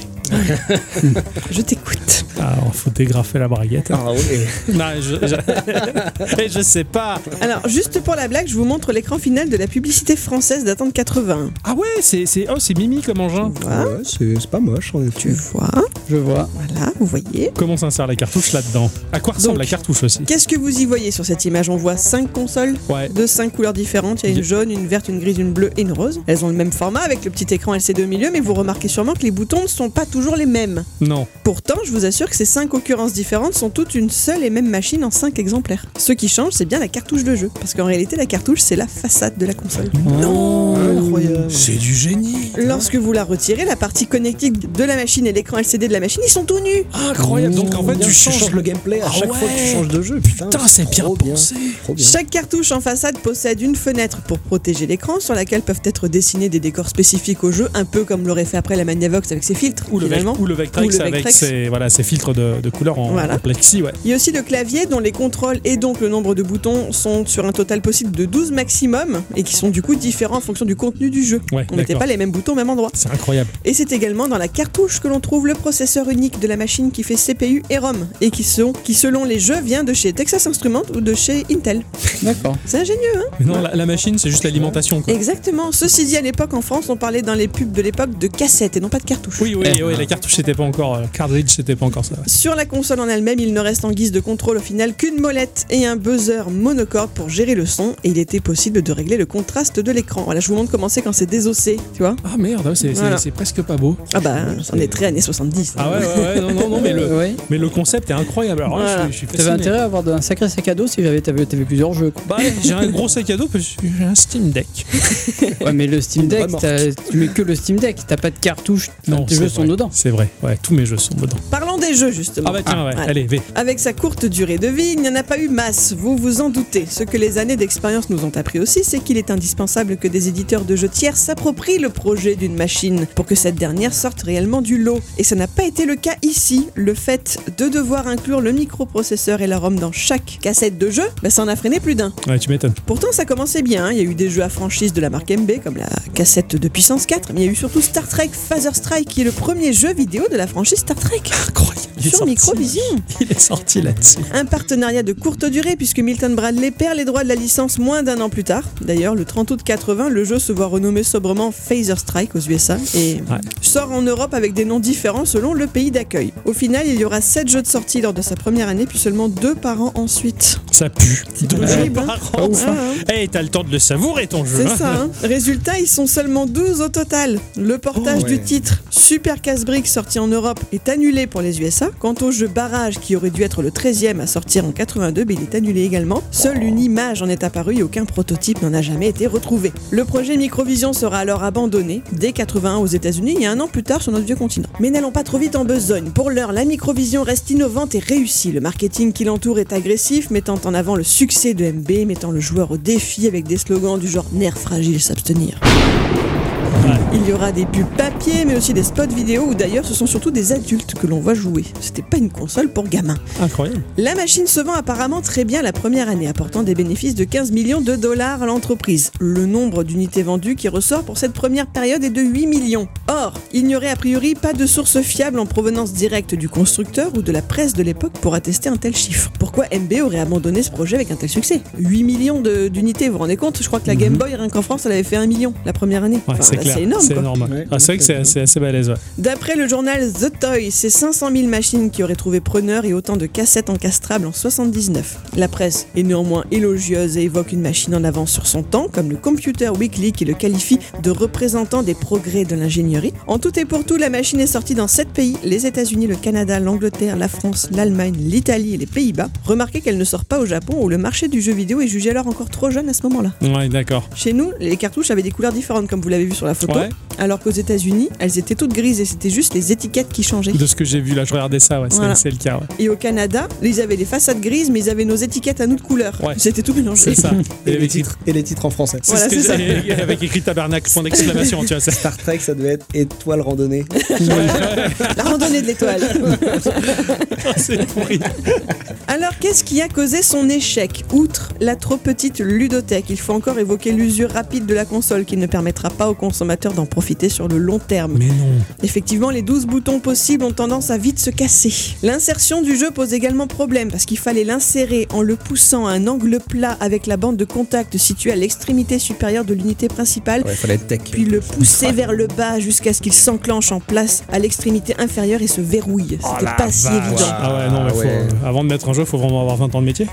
Je t'écoute. Alors, faut dégrafer la braguette. Ah oui. Non, je, je... Eh, je sais pas. Alors, juste pour la blague, je vous montre l'écran final de la publicité française datant de quatre-vingt-un. Ah ouais, c'est c'est oh, c'est Mimi comme engin. Voilà, Ouais, c'est c'est pas moche en tu effet. vois. Je vois. Voilà, vous voyez. Comment s'insère la cartouche là-dedans? À quoi ressemble Donc, la cartouche aussi? Qu'est-ce que vous y voyez sur cette image? On voit cinq consoles Ouais. de cinq couleurs différentes. Il y a une jaune, une verte, une grise, une bleue et une rose. Elles ont le même format avec le petit écran L C D au milieu, mais vous remarquez sûrement que les boutons ne sont pas toujours les mêmes. Non. Pourtant, je vous assure que ces cinq occurrences différentes sont toutes une seule et même machine en cinq exemplaires. Ce qui change, c'est bien la cartouche de jeu. Parce qu'en réalité, la cartouche, c'est la façade de la console. Non. Incroyable. C'est du génie. Lorsque vous la retirez, la partie connectique de la machine et l'écran L C D de la machine, ils sont tout nus. Incroyable. Donc en fait, Bien, tu changes le gameplay à Ah chaque fois que tu ouais. changes de jeu. Putain, Putain, c'est bien trop pensé. Trop bien. Chaque cartouche en façade possède une fenêtre pour protéger l'écran, sur laquelle peuvent être dessinés des décors spécifiques au jeu, un peu comme l'aurait fait après la Magnavox avec ses filtres. Ou le, finalement. Vec- ou le Vectrex Ou le avec Vectrex. ses, voilà, ses filtres de, de couleur en, Voilà. en plexi, ouais. Il y a aussi le clavier dont les contrôles et donc le nombre de boutons sont sur un total possible de douze maximum et qui sont du coup différents en fonction du contenu du jeu. Ouais, On mettait d'accord. pas les mêmes boutons au même endroit. C'est incroyable. Et c'est également dans la cartouche que l'on trouve le processeur unique de la machine qui fait C P U et ROM et qui, sont, qui selon les jeux vient de chez Texas Instruments ou de chez Intel. D'accord. C'est ingénieux, hein? Mais non, la, la machine, c'est juste l'alimentation, quoi. Exactement. Ceci dit, à l'époque en France, on parlait dans les pubs de l'époque de cassettes et non pas de cartouches. Oui, oui, oui, la cartouche, c'était pas encore. Euh, cartridge, c'était pas encore ça. Ouais. Sur la console en elle-même, il ne reste en guise de contrôle au final qu'une molette et un buzzer monocorde pour gérer le son et il était possible de régler le contraste de l'écran. Voilà, je vous montre comment c'est quand c'est désossé, tu vois. Ah merde, ouais, c'est c'est- Voilà. c'est presque pas beau. Ah bah, on est très années soixante-dix. Ah ouais, ouais, ouais, non, non, non, mais le, Ouais. mais le concept est incroyable. Alors là, Voilà. je, suis- je suis T'avais fasciné. intérêt à avoir un sacré sac à dos si j'avais t'avais, t'avais plusieurs jeux. quoi. Bah, j'ai un gros sac à dos parce que j'ai un Steam Deck. Ouais, mais le Steam Deck, remorque. t'as- tu mets que le Steam Deck, t'as pas de cartouche, tes c'est jeux sont vrai. dedans. C'est vrai, ouais, tous mes jeux sont dedans. Parlons des jeux justement. Ah bah tiens, ouais, voilà. allez, V. Avec sa courte durée de vie, il n'y en a pas eu masse, vous vous en doutez. Ce que les années d'expérience nous ont appris aussi, c'est qu'il est indispensable que des éditeurs de jeux tiers s'approprient le projet d'une machine pour que cette dernière sorte réellement du lot. Et ça n'a pas été le cas ici. Le fait de devoir inclure le microprocesseur et la ROM dans chaque cassette de jeu, bah ça en a freiné plus d'un. Ouais, tu m'étonnes. Pourtant, ça commençait bien. Il y a eu des jeux à franchise de la marque M B, comme la cassette de Puissance quatre, mais il y a eu surtout Star Trek Phaser Strike, qui est le premier jeu vidéo de la franchise Star Trek. Incroyable. Il est Sur sorti. Microvision. Il est sorti là-dessus. Un partenariat de courte durée, puisque Milton Bradley perd les droits de la licence moins d'un an plus tard. D'ailleurs, le trente août quatre-vingts, le jeu se voit renommé sobrement Phaser Strike aux U S A et Ouais. sort en Europe avec des noms différents selon le pays d'accueil. Au final, il y aura sept jeux de sortie lors de sa première année, puis seulement deux par an ensuite. Ça pue. Deux intangible. hein. Par contre, Ah, ah. hey, t'as le temps de le savourer ton jeu. C'est hein. ça, hein. Résultat, ils sont seulement douze au total. Le portage Oh, du ouais. titre Super Casse-Briques sorti en Europe est annulé pour les U S A. Quant au jeu Barrage, qui aurait dû être le treizième à sortir en quatre-vingt-deux, ben, il est annulé également. Seule une image en est apparue et aucun prototype n'en a jamais été retrouvé. Le projet Microvision sera alors abandonné dès quatre-vingt-un aux États-Unis et un an plus tard sur notre vieux continent. Mais n'allons pas trop vite en besogne. Pour l'heure, la Microvision reste innovante et réussie. Le marketing qui l'entoure est agressif, mettant en avant le succès de M B, mettant le joueur au défi avec des slogans du genre nerf fragile, s'abstenir. Il y aura des pubs papier, mais aussi des spots vidéo où d'ailleurs ce sont surtout des adultes que l'on voit jouer. C'était pas une console pour gamins. Incroyable. La machine se vend apparemment très bien la première année, apportant des bénéfices de quinze millions de dollars à l'entreprise. Le nombre d'unités vendues qui ressort pour cette première période est de huit millions. Or, il n'y aurait a priori pas de source fiable en provenance directe du constructeur ou de la presse de l'époque pour attester un tel chiffre. Pourquoi M B aurait abandonné ce projet avec un tel succès ? huit millions de- d'unités, vous vous rendez compte ? Je crois que la Game Boy, rien qu'en France, elle avait fait un million la première année. Ouais, Enfin, c'est là, clair. c'est énorme. C'est quoi. énorme. Ouais, Ah, c'est vrai que c'est c'est assez, assez balèze. Ouais. D'après le journal The Toy, c'est cinq cent mille machines qui auraient trouvé preneur et autant de cassettes encastrables en soixante-dix-neuf. La presse est néanmoins élogieuse et évoque une machine en avance sur son temps, comme le Computer Weekly qui le qualifie de représentant des progrès de l'ingénierie. En tout et pour tout, la machine est sortie dans sept pays, les États-Unis, le Canada, l'Angleterre, la France, l'Allemagne, l'Italie et les Pays-Bas. Remarquez qu'elle ne sort pas au Japon où le marché du jeu vidéo est jugé alors encore trop jeune à ce moment-là. Ouais, d'accord. Chez nous, les cartouches avaient des couleurs différentes comme vous l'avez vu sur la photo, Ouais. alors qu'aux États-Unis, elles étaient toutes grises et c'était juste les étiquettes qui changeaient. De ce que j'ai vu là, je regardais ça, ouais, c'est Voilà. c'est le cas. Ouais. Et au Canada, ils avaient les façades grises, mais ils avaient nos étiquettes à nous de couleur. Ouais. C'était tout mélangé. C'est ça. Et, les avec- titres, et les titres en français. c'est Voilà, ce que c'est ça. j'ai- avec écrit tabernacle, point d'exclamation, tu vois. c'est- Star Trek, ça devait être étoile randonnée. La randonnée de l'étoile. C'est pourri. Alors, qu'est-ce qui a causé son échec ? Outre la trop petite ludothèque, il faut encore évoquer l'usure rapide de la console qui ne permettra pas aux consommateurs d'en profiter sur le long terme. Mais non. Effectivement, les douze boutons possibles ont tendance à vite se casser. L'insertion du jeu pose également problème parce qu'il fallait l'insérer en le poussant à un angle plat avec la bande de contact située à l'extrémité supérieure de l'unité principale, Ouais, fallait être tech. puis le pousser vers le bas jusqu'à ce qu'il s'enclenche en place à l'extrémité inférieure et se verrouille. Oh C'était la pas si vache. évident. Ah ouais, non, mais Ah faut, ouais. euh, avant de mettre un jeu, faut vraiment avoir vingt ans de métier.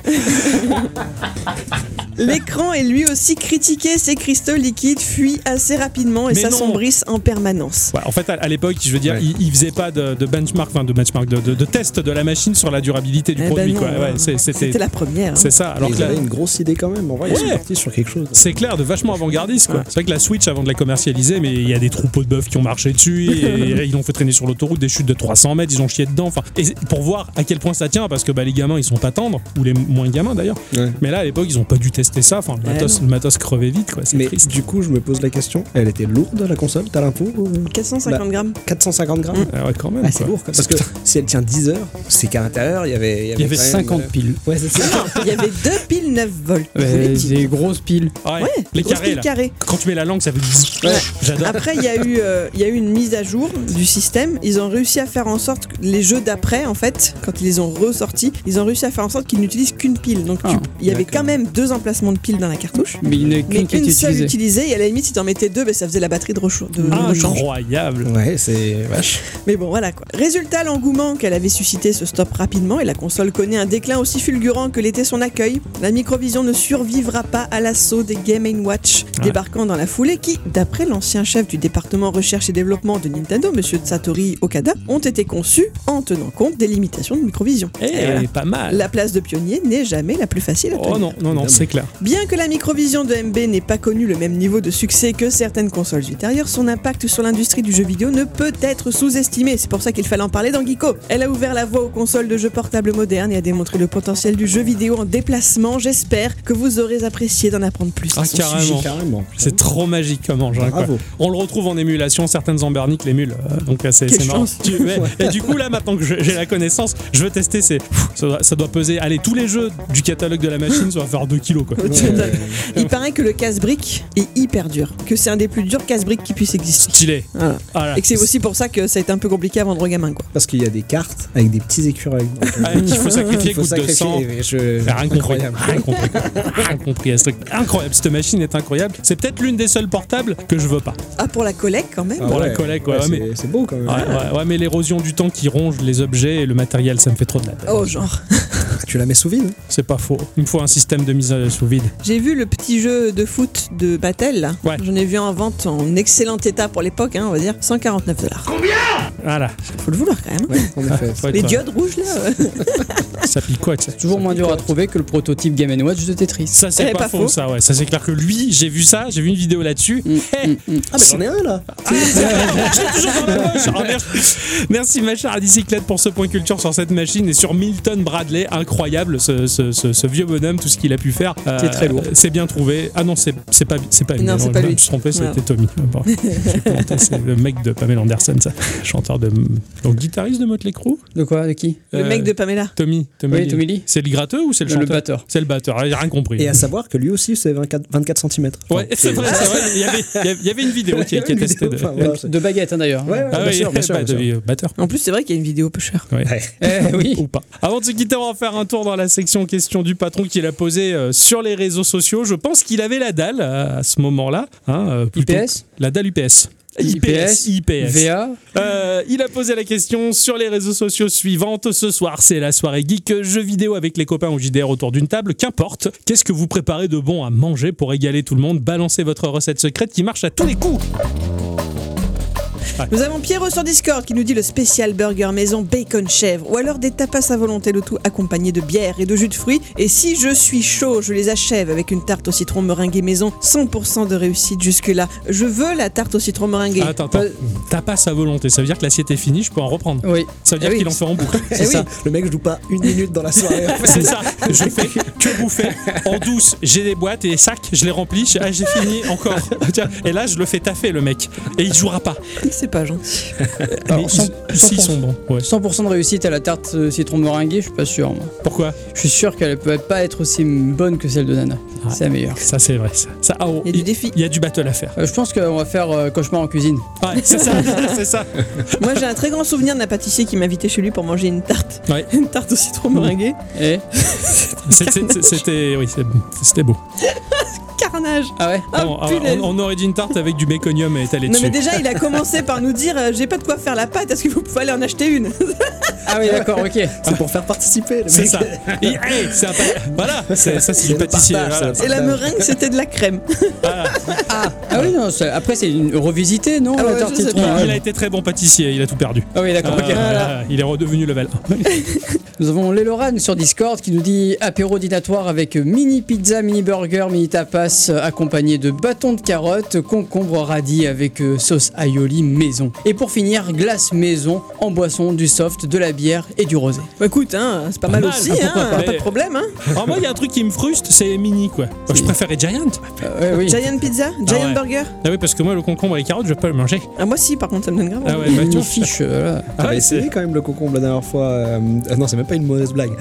L'écran est lui aussi critiqué, ses cristaux liquides fuient assez rapidement et Mais non. s'assombrissent en permanence. Ouais, en fait, à, à l'époque, je veux dire, Ouais. ils, ils faisaient pas de, de benchmark, enfin de benchmark, de, de, de test de la machine sur la durabilité du Eh ben produit. non, quoi. Ouais, hein. c'est- C'était c'était, la première. hein. c'est ça. Alors Ils que là, avaient une grosse idée quand même. En vrai, ils sont Ouais. partis sur quelque chose. c'est clair, de vachement avant-gardiste. Quoi. C'est vrai que la Switch, avant de la commercialiser, mais il y a des troupeaux de bœufs qui ont marché dessus et, et ils l'ont fait traîner sur l'autoroute, des chutes de trois cents mètres, ils ont chié dedans. Enfin, et c'est- pour voir à quel point ça tient, parce que bah, les gamins, ils sont pas tendres, ou les moins gamins d'ailleurs. Ouais. Mais là, à l'époque, ils ont pas dû tester ça. Enfin, le Ouais, matos, non. le matos crevait vite. Quoi. C'est Mais triste. du coup, je me pose la question. Elle était lourde la console, t'as l'info ou- quatre cent cinquante grammes. quatre cent cinquante grammes. Ah ouais, quand même. Ah, c'est quoi. lourd. quoi. Parce que si elle tient dix heures, c'est qu'à l'intérieur, il y avait. Il y avait quand même, cinquante euh, piles. Ouais, c'est ça. Il y avait deux piles neuf volts. Ouais, Vous les dites. des grosses piles. Ouais, Ouais, les grosses carrés piles là. carrées. Quand tu mets la langue, ça fait. bzzz. Ouais. J'adore. Après, il y, a eu, euh, il y a eu une mise à jour du système. Ils ont réussi à faire en sorte que les jeux d'après, en fait, quand ils les ont ressortis, ils ont réussi à faire en sorte qu'ils n'utilisent qu'une pile. Donc, tu- Ah, il y avait d'accord. quand même deux emplacements de piles dans la cartouche. Mais il n'y en a Mais qu'une qui une était seule utilisée. utilisée, et à la limite, si t'en mettais deux, ben, ça faisait la batterie de, recha- de Ah, rechange. Incroyable. Ouais, c'est vache. Mais bon, voilà quoi. Résultat, l'engouement qu'elle avait suscité se stoppe rapidement et la console connaît un déclin aussi fulgurant que l'était son accueil. La Microvision ne survivra pas à l'assaut des Game and Watch Ouais. débarquant dans la foulée qui, d'après l'ancien chef du département recherche et développement de Nintendo, monsieur Satoru Okada, ont été conçus en tenant compte des limitations de Microvision. Eh, Et voilà. pas mal. La place de pionnier n'est jamais la plus facile à tenir. Oh non, non, non, c'est clair. Bien que la Microvision de M B n'ait pas connu le même niveau de succès que certaines consoles ultérieures, son impact sur l'industrie du jeu vidéo ne peut être sous-estimé. C'est pour ça qu'il fallait en parler dans Geeko. Elle a ouvert la voie aux consoles de jeux portables modernes et a démontré le potentiel du jeu vidéo en déplacement. J'espère que vous aurez apprécié d'en apprendre plus. Ah, Son carrément. sujet, carrément. C'est trop magique comme engin. quoi. Bravo. On le retrouve en émulation, certaines Ambernic l'émulent. euh, donc euh, c'est Quelle c'est marrant. chance. Tu- ouais. Et du coup, là, maintenant que je- j'ai la connaissance, je veux tester. C'est, pff, ça, doit, ça doit peser. Allez, tous les jeux du catalogue de la machine, ça va faire deux kilos. Quoi. Tu m'étonnes. Il paraît que le casse-brique est hyper dur, que c'est un des plus durs casse-briques qui puisse exister. Stylé. Voilà. Ah là. Et que c'est aussi pour ça que ça a été un peu compliqué à vendre aux gamins, quoi. Parce qu'il y a des cartes avec des petits écureuils. Donc, euh, Ah, qu'il faut sacrifier il faut goutte de sacrifier, sang. mais je- Rien compris. Incroyable. Rien compris. Rien compris à ce truc. Incroyable. Cette machine est incroyable. C'est peut-être l'une des seules portables que je veux pas. Ah, pour la collecte quand même. Ah Pour la collecte, ouais, c'est- mais- C'est beau quand même. Ouais, ouais, ouais, mais l'érosion du temps qui ronge les objets et le matériel, ça me fait trop de la peine. Oh, genre. Tu la mets sous vide. C'est pas faux. Il me faut un système de mise euh, sous vide. J'ai vu le petit jeu de foot de Battle, là. Ouais. J'en ai vu en vente en excellent état pour l'époque, hein, on va dire, cent quarante-neuf dollars. Voilà. Faut le vouloir quand même. Ouais, en effet. Faut être, Les euh, diodes rouges, là. euh. Ça pique quoi, tu sais. Toujours moins dur à trouver que le prototype Game and Watch de Tetris. Ça, c'est Eh, pas, pas faux, faux. ça, ouais. Ça, c'est clair que lui, j'ai vu ça, j'ai vu une vidéo là-dessus. Mm, Hey, mm, mm. Ah, bah j'en ai un là. j'ai toujours dans la poche. Ah, merci. Merci, ma chère bicyclette, pour ce point culture sur cette machine et sur Milton Bradley. Incroyable, ce, ce, ce, ce vieux bonhomme, tout ce qu'il a pu faire. Euh, C'est très lourd. C'est bien trouvé. Ah non, c'est c'est pas, c'est pas lui. Non, c'est je pas me lui. suis trompé, c'était Voilà. Tommy. Bon, j'ai planté, c'est le mec de Pamela Anderson, ça. Chanteur de. Donc, guitariste de Motley Crue. De quoi? De qui? Le Euh, mec de Pamela. Tommy. Tommy Oui, Tommy Lee. C'est le gratteux ou c'est le Le chanteur? batteur. C'est le batteur. J'ai rien compris. Et à savoir que lui aussi, c'est vingt-quatre, vingt-quatre centimètres. Ouais, c'est vrai, c'est vrai. Il y avait, il y avait une vidéo qui, qui Une attestait vidéo, de. enfin, voilà, c'est- De baguette hein, d'ailleurs. Ouais, ouais, Ah bien oui, sûr, bien sûr, bah, bien sûr. de- batteur. En plus, c'est vrai qu'il y a une vidéo peu chère. Ouais. Ouais. Eh oui. Ou pas. Avant de se quitter, on va faire un tour dans la section question du patron qu'il a posée euh, sur les réseaux sociaux. Je pense qu'il avait la dalle à, à ce moment-là. Hein, euh, I plutôt- P S La dalle U P S. I P S, I P S. V A. Euh, il a posé la question sur les réseaux sociaux suivantes. Ce soir, c'est la soirée geek, jeux vidéo avec les copains ou J D R autour d'une table. Qu'importe. Qu'est-ce que vous préparez de bon à manger pour régaler tout le monde? Balancez votre recette secrète qui marche à tous les coups. Nous avons Pierrot sur Discord qui nous dit le spécial burger maison bacon chèvre ou alors des tapas à volonté, le tout accompagné de bière et de jus de fruits. Et si je suis chaud, je les achève avec une tarte au citron meringuée maison. cent pour cent de réussite jusque-là. Je veux la tarte au citron meringuée. Attends, attends. Tapas à volonté. Ça veut dire que l'assiette est finie, je peux en reprendre. Oui. Ça veut dire Ah oui. qu'il en fait en boucle. C'est Eh oui. ça. Le mec, je joue pas une minute dans la soirée. en fait. C'est ça, je fais que bouffer. En douce, j'ai des boîtes et des sacs, je les remplis. Je- Ah, j'ai fini encore. Tiens, et là, je le fais taffer, le mec. Et il jouera pas. C'est pas gentil. Alors, Mais cent- ils, s'ils sont bons. Ouais. cent pour cent de réussite à la tarte euh, citron meringuée, je suis pas sûr. Moi. Pourquoi? Je suis sûr qu'elle peut pas être aussi bonne que celle de Nana. Ah. C'est la meilleure. Ça, c'est vrai. Ça, ça ah, oh, Il y a du défi. Il y a du battle à faire. Euh, je pense qu'on va faire euh, cauchemar en cuisine. Ouais, c'est ça, c'est ça. Moi, j'ai un très grand souvenir d'un pâtissier qui m'invitait chez lui pour manger une tarte. Ouais. Une tarte au citron meringuée. Et C'est- c'est- C'était, oui, c'est- c'était beau. Carnage. ah ouais. Ah, on, punaise. on- on aurait dit une tarte avec du baconium et étalé Non dessus. mais déjà il a commencé par nous dire euh, j'ai pas de quoi faire la pâte, est-ce que vous pouvez aller en acheter une? Ah oui d'accord ok. C'est pour faire participer. Le C'est mec. ça. Et, hey, c'est un pa- Voilà, c'est, ça c'est C'est du le pâtissier. partage, Voilà. c'est Et la meringue c'était de la crème. Voilà. Ah oui non c'est- après c'est une revisité non Ah la ouais, tarte je sais citron. pas. Il a été très bon pâtissier, il a tout perdu. Ah oui d'accord Ah, ok. voilà, il est redevenu level un. Nous avons Leloran sur Discord qui nous dit apéro dînatoire avec mini pizza, mini burger, mini tapas euh, accompagné de bâtons de carottes, concombre radis avec euh, sauce aioli maison. Et pour finir, glace maison en boisson, du soft, de la bière et du rosé. Bah écoute hein, c'est pas, Pas mal, mal, aussi ah, hein, pourquoi pas. pas de problème hein. Alors moi, il y a un truc qui me frustre, c'est mini quoi. Je préférais Giant. Euh, ouais, oui. Giant pizza, Giant ouais. burger. Ah oui, parce que moi, le concombre et les carottes, je vais pas le manger. Ah moi si par contre ça me donne grave. Ah ouais, Une bah, tu mini vois. fiche, euh, voilà. Ah T'avais ouais, essayé c'est- quand même le concombre la dernière fois. euh, ah non, c'est même pas une mauvaise blague.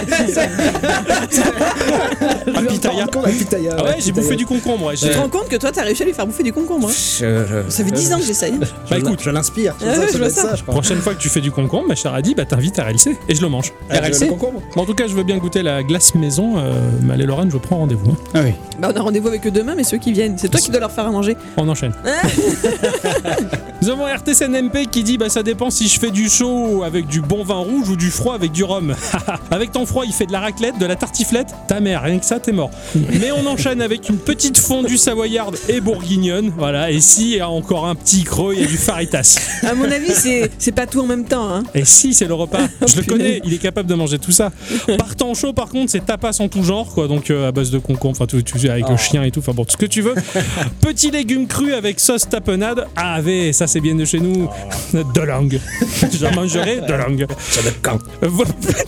Ah, pitaya. Quand la pitaya. Ah ouais, j'ai bouffé du concombre. Ouais, Tu j'ai- te rends compte que toi t'as réussi à lui faire bouffer du concombre hein. Ça fait dix ans que j'essaye. hein. Bah écoute, je l'inspire. Ah ouais, je vois ça. je crois. prochaine fois que tu fais du concombre, ma chère Adi, bah t'invites à R L C et je le mange. Ah, R L C? le concombre. Bon, en tout cas, je veux bien goûter la glace maison. Euh, mais allez, Lorraine, je prends rendez-vous. hein. Ah oui. Bah on a rendez-vous avec eux demain mais ceux qui viennent, c'est toi qui dois leur faire à manger. On enchaîne. Nous avons R T C N M P qui dit bah ça dépend si je fais du chaud avec du bon vin rouge ou du froid avec du rhum. Avec ton froid, il fait de la raclette, de la tartiflette. Ta mère, rien que ça, t'es mort. Mais on enchaîne avec une petite fondue savoyarde et bourguignonne. Voilà. Et si il y a encore un petit creux, il y a du faritas. À mon avis c'est c'est pas tout en même temps hein. Et si, c'est le repas. Je le connais, il est capable de manger tout ça. Par temps chaud, par contre, c'est tapas en tout genre, quoi. Donc euh, à base de concombre, enfin tout, tout avec le chien et tout. Enfin bon, tout ce que tu veux. Petits légumes crus avec sauce tapenade. Ah, ouais, ça c'est bien de chez nous. De langue. J'en mangerai de langue. Vo-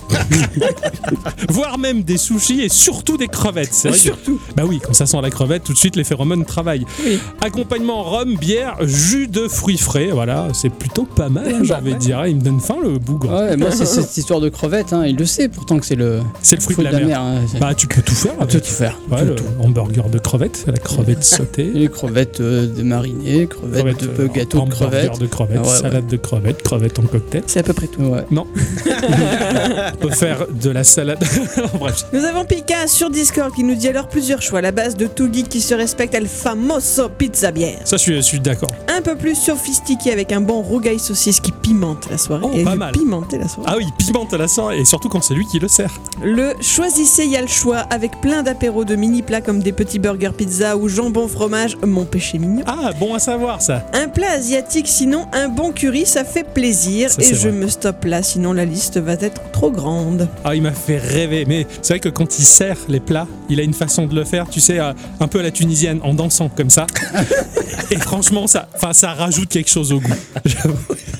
Voire même des sushis et surtout des crevettes. C'est vrai que- Surtout. Bah oui, quand ça sent la crevette, tout de suite les phéromones travaillent. Oui. Accompagnement rhum, bière, jus de fruits frais. Voilà, c'est plutôt pas mal, hein, j'ai envie de dire. Il me donne faim le bougre. Ouais, moi c'est cette histoire de crevettes, hein, il le sait pourtant que c'est le C'est le fruit de la mer. hein, c'est- Bah tu peux tout faire on avec. peut tout faire. Ouais, Tout, le tout. hamburger de crevettes, la crevette sautée. Les crevettes euh, de marinées, crevettes, crevettes, de euh, gâteau de hamburger crevettes. de crevettes, Ah ouais, ouais. salade de crevettes, crevettes en cocktail. C'est à peu près tout. Ouais. Non. On peut faire de la salade. Bref. Nous avons Pika sur Discord Nicole qui nous dit alors plusieurs choix. La base de tout geek qui se respecte, El Famoso Pizza Bière. Ça, je suis, je suis d'accord. Un peu plus sophistiqué avec un bon rougail saucisse qui pimente la soirée. Oh, et pas elle mal. pimentait la soirée. Ah oui, pimente à la sang, et surtout quand c'est lui qui le sert. Le choisissez, il y a le choix avec plein d'apéros de mini plats comme des petits burgers pizza ou jambon fromage, mon péché mignon. Ah, bon à savoir ça. Un plat asiatique, sinon un bon curry, ça fait plaisir. Ça, et c'est je vrai. me stoppe là, sinon la liste va être trop grande. Ah, il m'a fait rêver. Mais c'est vrai que quand il sert les plats, il a une façon de le faire, tu sais, euh, un peu à la tunisienne, en dansant comme ça. Et franchement, ça, enfin, ça rajoute quelque chose au goût. J'avoue.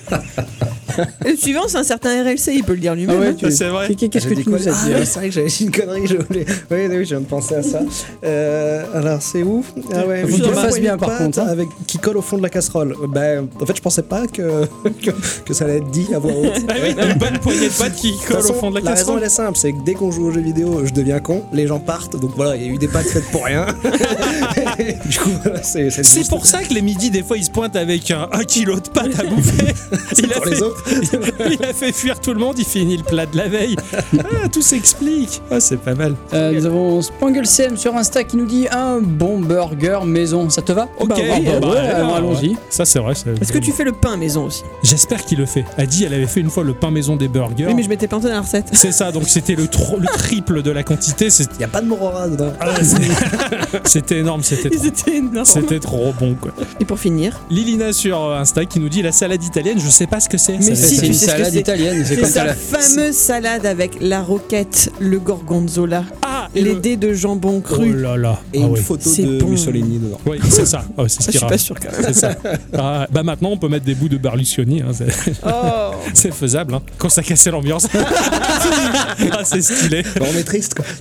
Et le suivant, c'est un certain R L C, il peut le dire lui-même. Ah ouais, hein. tu- C'est vrai. Qu'est-ce J'ai que des tu nous as collègues- dit Ah, hein c'est vrai que j'avais dit une connerie, j'ai oublié. Oui, oui, je viens de penser à ça. Euh, alors, c'est où Ah ouais, Faut oui, que tu le un fasses poignet bien, de par pâte contre, hein. avec, qui colle au fond de la casserole. Ben, en fait, je pensais pas que, que, que ça allait être dit à voix haute. Ah oui, une bonne poignée de pâtes qui De toute colle au façon, fond de la la raison casserole. elle est simple, c'est que dès qu'on joue aux jeux vidéo, je deviens con, les gens partent, donc voilà, il y a eu des pâtes faites pour rien. Du coup, voilà, c'est c'est C'est juste pour ça que les midis, des fois, ils se pointent avec un, un kilo de pâtes à bouffer. Il a, pour les fait, autres. il a fait fuir tout le monde, il finit le plat de la veille. Ah, tout s'explique. Ah, c'est pas mal. Euh, Nous avons Spangle C M sur Insta qui nous dit un bon burger maison. Ça te va Ok, Bah, bah, bah, ouais, alors, allons-y. ouais. Ça, c'est vrai. c'est- Est-ce que tu fais le pain maison aussi? J'espère qu'il le fait. Elle dit elle avait fait une fois le pain maison des burgers. Oui, mais je m'étais planté dans la recette. C'est ça, donc c'était le, tro- le triple de la quantité. C'est- Il n'y a pas de morora dedans. ah, c'est- c'était énorme, c'était trop, C'était énorme. c'était trop bon, quoi. Et pour finir, Lilina sur euh, Insta qui nous dit la salade italienne, je sais pas ce que c'est. Mais Ça si, va C'est être- tu une sais ce que salade c'est. italienne. C'est c'est comme sa ça. la- fameuse salade avec la roquette, le gorgonzola, Ah, et les le- dés de jambon Oh cru. là là. Et ah une oui. photo C'est de bon. Mussolini dedans. Oui, c'est ça. Oh, c'est ce Ça, je qui suis ra- pas sûre quand même. C'est ça. Ah, bah maintenant, on peut mettre des bouts de Berlusconi. Hein, c'est... Oh. c'est faisable. Hein, quand ça cassait l'ambiance. Ah, c'est stylé. Bah, on est triste quoi.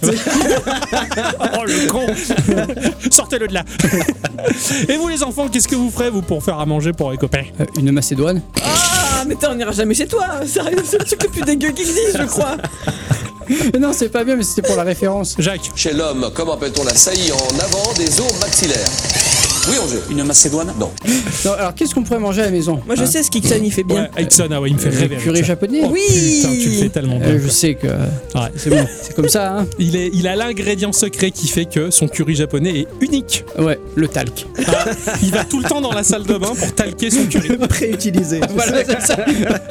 Oh le con. Sortez-le de là. Et vous les enfants, qu'est-ce que vous ferez vous pour faire à manger pour les copains? Euh, Une Macédoine. Ah, mais t'en ira jamais chez toi. Sérieux, c'est le truc le plus dégueu qui existe, je crois. Mais non, c'est pas bien, mais c'était pour la référence. Jacques. Chez l'homme, comment appelle-t-on la saillie en avant des os maxillaires? Oui, Angers. Une macédoine? Non. Non, alors qu'est-ce qu'on pourrait manger à la maison Moi, je Hein sais ce qu'Ixon il fait bien. Ouais, Ixon, ah ouais, il me fait Le rêver. avec curry ça. japonais. Oh, Oui. Putain, tu le fais tellement bien. Euh, Je quoi. sais que Ouais. c'est bon, c'est comme ça, hein. Il, est, il a l'ingrédient secret qui fait que son curry japonais est unique. Ouais, le talc. Ah, il va tout le temps dans la salle de bain pour talquer son curry. Préutilisé. Voilà, c'est ça.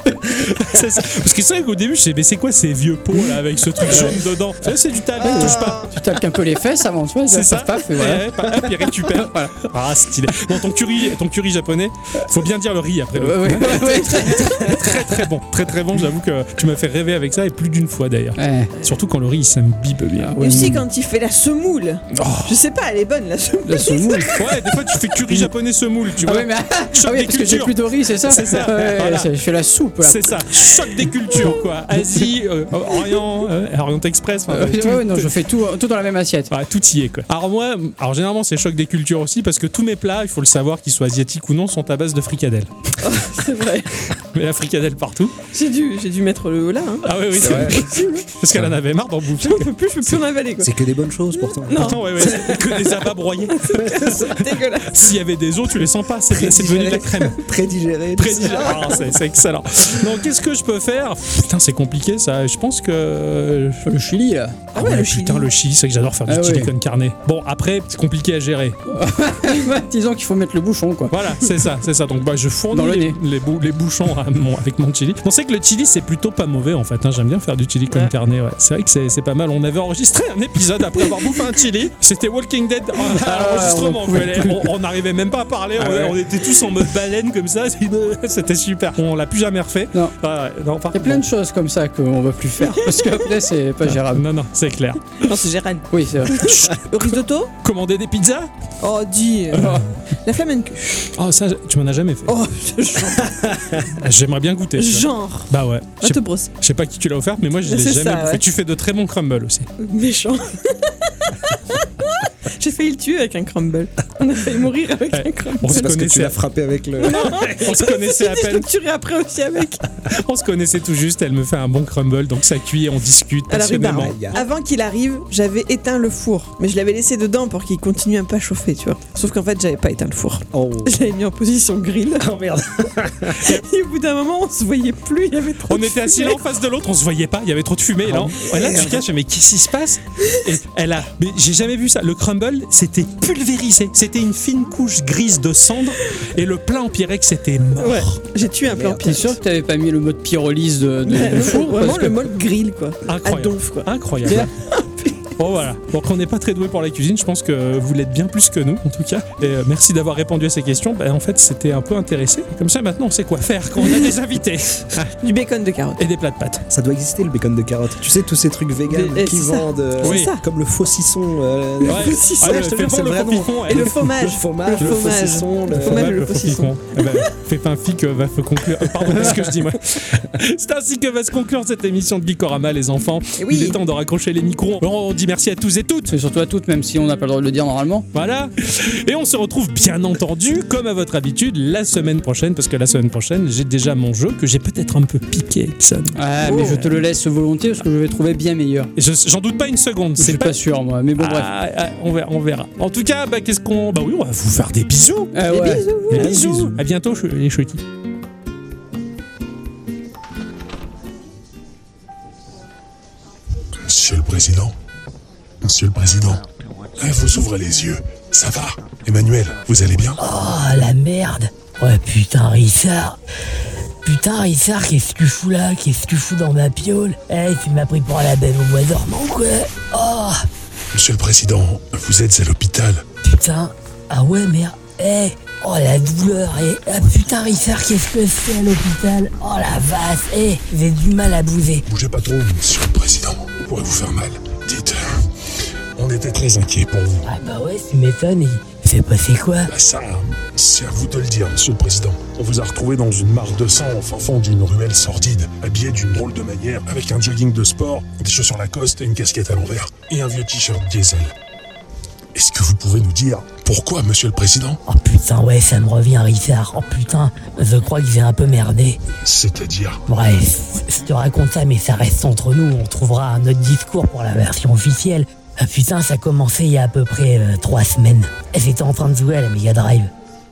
C'est ça. Parce que c'est vrai qu'au début, je sais, mais c'est quoi ces vieux pots là avec ce truc jaune dedans? Ça, c'est du talc, touche pas. Tu talques un peu les fesses avant, tu vois. C'est ça. Paf, paf, et voilà. Ouais, paf, il récupère. Voilà. Ah, stylé. Bon, ton curry, ton curry japonais, faut bien dire le riz après. le Ouais, coup. ouais, ouais, très- Très très bon, très très bon. J'avoue que tu m'as fait rêver avec ça et plus d'une fois d'ailleurs. Ouais. Surtout quand le riz il s'imbibe bien. Et aussi quand il fait la semoule. Je sais pas, elle est bonne la semoule. La semoule. Ouais, des fois tu fais curry japonais semoule, tu Ah vois. ouais, mais Choc ah oui, des parce que j'ai cultures. plus de riz, c'est ça. C'est ça, Ouais, voilà. c'est- je fais la soupe là. C'est ça, choc des cultures quoi. Asie, euh, Orient, euh, Orient Express. enfin, Euh, tout- ouais, ouais, non, je fais tout, tout dans la même assiette. Ouais, tout y est quoi. Alors moi, alors généralement c'est choc des cultures aussi parce que tous mes plats, il faut le savoir, qu'ils soient asiatiques ou non, sont à base de fricadelle. C'est vrai. Mais la fricadelle partout. J'ai dû, j'ai dû mettre le haut là. Hein. Ah oui, oui, c'est vrai. parce qu'elle en avait marre d'en bouffer. Je peux plus, je peux plus en avaler quoi. C'est que des bonnes choses pourtant. Non, Pourtant, ouais, ouais, c'est que des abats broyés. c'est dégueulasse. S'il y avait des os, tu les sens pas, c'est c'est devenu de la crème. Prédigéré. Prédigéré. Ah, c'est c'est excellent. Donc, qu'est-ce que je peux faire? Pff, Putain, c'est compliqué ça. Je pense que. Le chili là. Ah ouais, le putain, chili. le chili, c'est que j'adore faire du Ah chili ouais. con carne. Bon, après, c'est compliqué à gérer. Disons qu'il faut mettre le bouchon quoi. Voilà, c'est ça, c'est ça. Donc, bah, je fournis Dans le les, nez. les, bou- les bouchons à mon- avec mon chili. On sait que le chili, c'est plutôt pas mauvais en fait. hein. J'aime bien faire du chili con Ouais. carne. Ouais. C'est vrai que c'est c'est pas mal. On avait enregistré un épisode après avoir bouffé un chili. C'était Walking Dead euh, à l'enregistrement. on pouvait quoi. On- On n'arrivait même pas à parler. Ah on, ouais. on était tous en mode baleine comme ça. C'était super. On l'a plus jamais refait. Non. Ah ouais, non, par- Il y a plein bon. de choses comme ça qu'on va plus faire parce qu'après c'est pas gérable. Non, non, c'est clair. Non, c'est Gérald. Oui, c'est vrai. Le risotto? Commander des pizzas? Oh, dis. euh, La flamenco. Oh, ça, tu m'en as jamais fait. Oh, genre. J'aimerais bien goûter. tu vois. genre. Bah ouais. Je Va sais- te brosser. je sais pas qui tu l'as offert, mais moi je l'ai C'est jamais ça, bouffé. ouais. Tu fais de très bons crumbles aussi. Méchant. J'ai failli le tuer avec un crumble. On a failli mourir avec un crumble. On se C'est parce que tu connaissait, l'as frappé avec le. on se connaissait à Je peine. le tuerai après aussi avec. On se connaissait tout juste. Elle me fait un bon crumble, donc ça cuit, on discute À la rue passionnément. Barbet. Avant qu'il arrive, j'avais éteint le four, mais je l'avais laissé dedans pour qu'il continue un peu à chauffer, tu vois. Sauf qu'en fait, j'avais pas éteint le four. Oh, Je l'avais mis en position grill. oh merde. Et au bout d'un moment, on se voyait plus, il y avait trop On de était assis fumée. l'un en face de l'autre, on se voyait pas, il y avait trop de fumée. Et là, Oh, et là tu merde. caches, mais qu'est-ce qui se passe? Et elle a, mais j'ai jamais vu ça. Le crumble, c'était pulvérisé, c'était une fine couche grise de cendre, et le plat en Pyrex, c'était mort. Ouais, j'ai tué un plan Merde. T'es pire. sûr que t'avais pas mis le mode pyrolyse de, de, de four Vraiment parce que- le mode grill, quoi. À Incroyable. donf, quoi. Incroyable. Bon voilà, donc on n'est pas très doué pour la cuisine, je pense que vous l'êtes bien plus que nous en tout cas. Et euh, merci d'avoir répondu à ces questions. Ben, en fait c'était un peu intéressé. Comme ça maintenant on sait quoi faire quand on a des invités. Ah, Du bacon de carotte. et des plats de pâtes. Ça doit exister le bacon de carotte. Tu sais, tous ces trucs véganes Mais, eh, qui c'est ça. vendent. euh, Oui. ça. Comme le faucisson. Euh, Ouais. Le faucisson, Ah, je te fais jure, bon c'est le le vrai faucifon, Et le elle. fromage. Le fromage, Le le, fromage. saucisson, le. Le fromage, le faucisson. Eh ben, Pépin Fic euh, va se conclure. euh, Pardon, qu'est-ce que je dis moi? C'est ainsi que va se conclure cette émission de Geekorama, les enfants. Eh oui. Il est temps de raccrocher les micros. On dit merci à tous et toutes. C'est surtout à toutes, même si on n'a pas le droit de le dire normalement. Voilà. Et on se retrouve bien entendu, comme à votre habitude, la semaine prochaine, parce que la semaine prochaine, j'ai déjà mon jeu que j'ai peut-être un peu piqué, Ixon. Ah, Oh. mais je te le laisse volontiers parce que je vais trouver bien meilleur. Et je- J'en doute pas une seconde. Je suis pas sûr, moi, mais bon, bref. Ah, ah, on, verra, on verra. En tout cas, bah, qu'est-ce qu'on. Bah oui, on va vous faire des bisous. Ah Des ouais. bisous. Des Ah, bisous. bisous. À bientôt, ch- les chouettis. Monsieur le Président. Monsieur le Président. Eh, vous ouvrez les yeux. Ça va. Emmanuel, vous allez bien? Oh la merde. Ouais putain Richard. Putain Richard, qu'est-ce que tu fous là? Qu'est-ce que tu fous dans ma piole? Eh, tu m'as pris pour la belle au bois dormant quoi? Oh Monsieur le Président, vous êtes à l'hôpital. putain. Ah ouais merde. Eh, oh la douleur. Eh, ah, putain Richard, qu'est-ce que c'est à l'hôpital? Oh la vache. Eh, j'ai du mal à bouger. Bougez pas trop, Monsieur le Président. On pourrait vous faire mal. Dites, on était très inquiets pour vous. Ah bah ouais, tu m'étonnes. Il s'est passé quoi? Bah ça, c'est à vous de le dire, Monsieur le Président. On vous a retrouvé dans une mare de sang au fin fond d'une ruelle sordide, habillé d'une drôle de manière, avec un jogging de sport, des chaussures Lacoste et une casquette à l'envers, et un vieux t-shirt diesel. Est-ce que vous pouvez nous dire pourquoi, Monsieur le Président? Oh putain ouais, ça me revient Richard. Oh putain, je crois que j'ai un peu merdé. C'est-à-dire? Bref, je te raconte ça, mais ça reste entre nous. On trouvera un autre discours pour la version officielle. Ah putain, ça a commencé il y a à peu près euh, trois semaines. J'étais en train de jouer à la Mega Drive.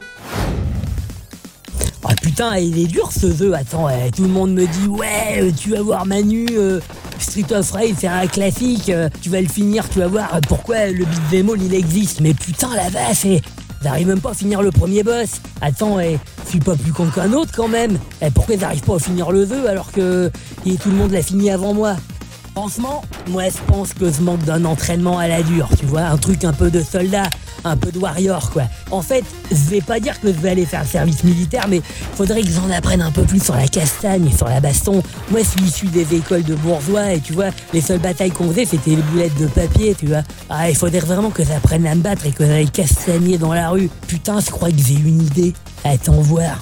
Ah putain, il est dur ce jeu. Attends, euh, tout le monde me dit ouais, euh, tu vas voir Manu, euh, Street of Rage, c'est un classique. euh, tu vas le finir, tu vas voir euh, pourquoi le beat'em all il existe. Mais putain la vache, eh, j'arrive même pas à finir le premier boss. Attends, eh, je suis pas plus con qu'un autre quand même. Eh, pourquoi j'arrive pas à finir le jeu alors que et tout le monde l'a fini avant moi? Franchement, moi je pense que je manque d'un entraînement à la dure, tu vois, un truc un peu de soldat, un peu de warrior quoi. En fait, je vais pas dire que je vais aller faire le service militaire, mais faudrait que j'en apprenne un peu plus sur la castagne et sur la baston. Moi je suis issu des écoles de bourgeois et tu vois, les seules batailles qu'on faisait c'était les boulettes de papier, tu vois. Ah, il faudrait vraiment que j'apprenne à me battre et que j'aille castagner dans la rue. Putain, je crois que j'ai une idée. Attends voir.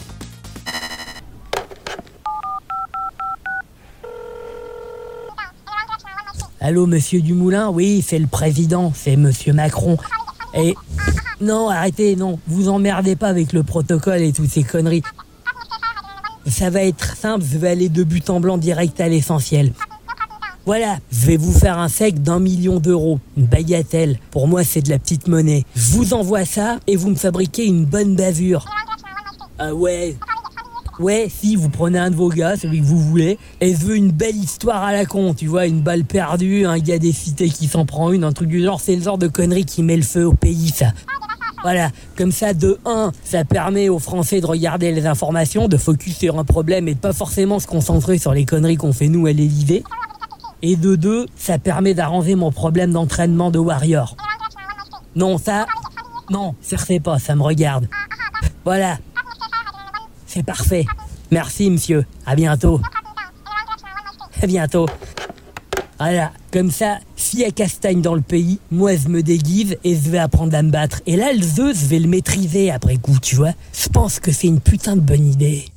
Allô, monsieur Dumoulin? Oui, c'est le président, c'est monsieur Macron. Et... Non, arrêtez, non, vous emmerdez pas avec le protocole et toutes ces conneries. Ça va être simple, je vais aller de but en blanc direct à l'essentiel. Voilà, je vais vous faire un chèque d'un million d'euros, une bagatelle. Pour moi, c'est de la petite monnaie. Je vous envoie ça et vous me fabriquez une bonne bavure. Ah ouais... Ouais, si, vous prenez un de vos gars, celui que vous voulez, et je veux une belle histoire à la con, tu vois, une balle perdue, un gars des cités qui s'en prend une, un truc du genre, c'est le genre de connerie qui met le feu au pays, ça. Voilà, comme ça, de un, ça permet aux Français de regarder les informations, de focus sur un problème et de pas forcément se concentrer sur les conneries qu'on fait nous à l'Élysée. Et de deux, ça permet d'arranger mon problème d'entraînement de warrior. Non, ça... Non, cherchez pas, ça me regarde. Voilà. C'est parfait. Merci, monsieur. À bientôt. À bientôt. Voilà, comme ça, s'il y a castagne dans le pays, moi je me déguise et je vais apprendre à me battre. Et là, le jeu, je vais le maîtriser après coup, tu vois. Je pense que c'est une putain de bonne idée.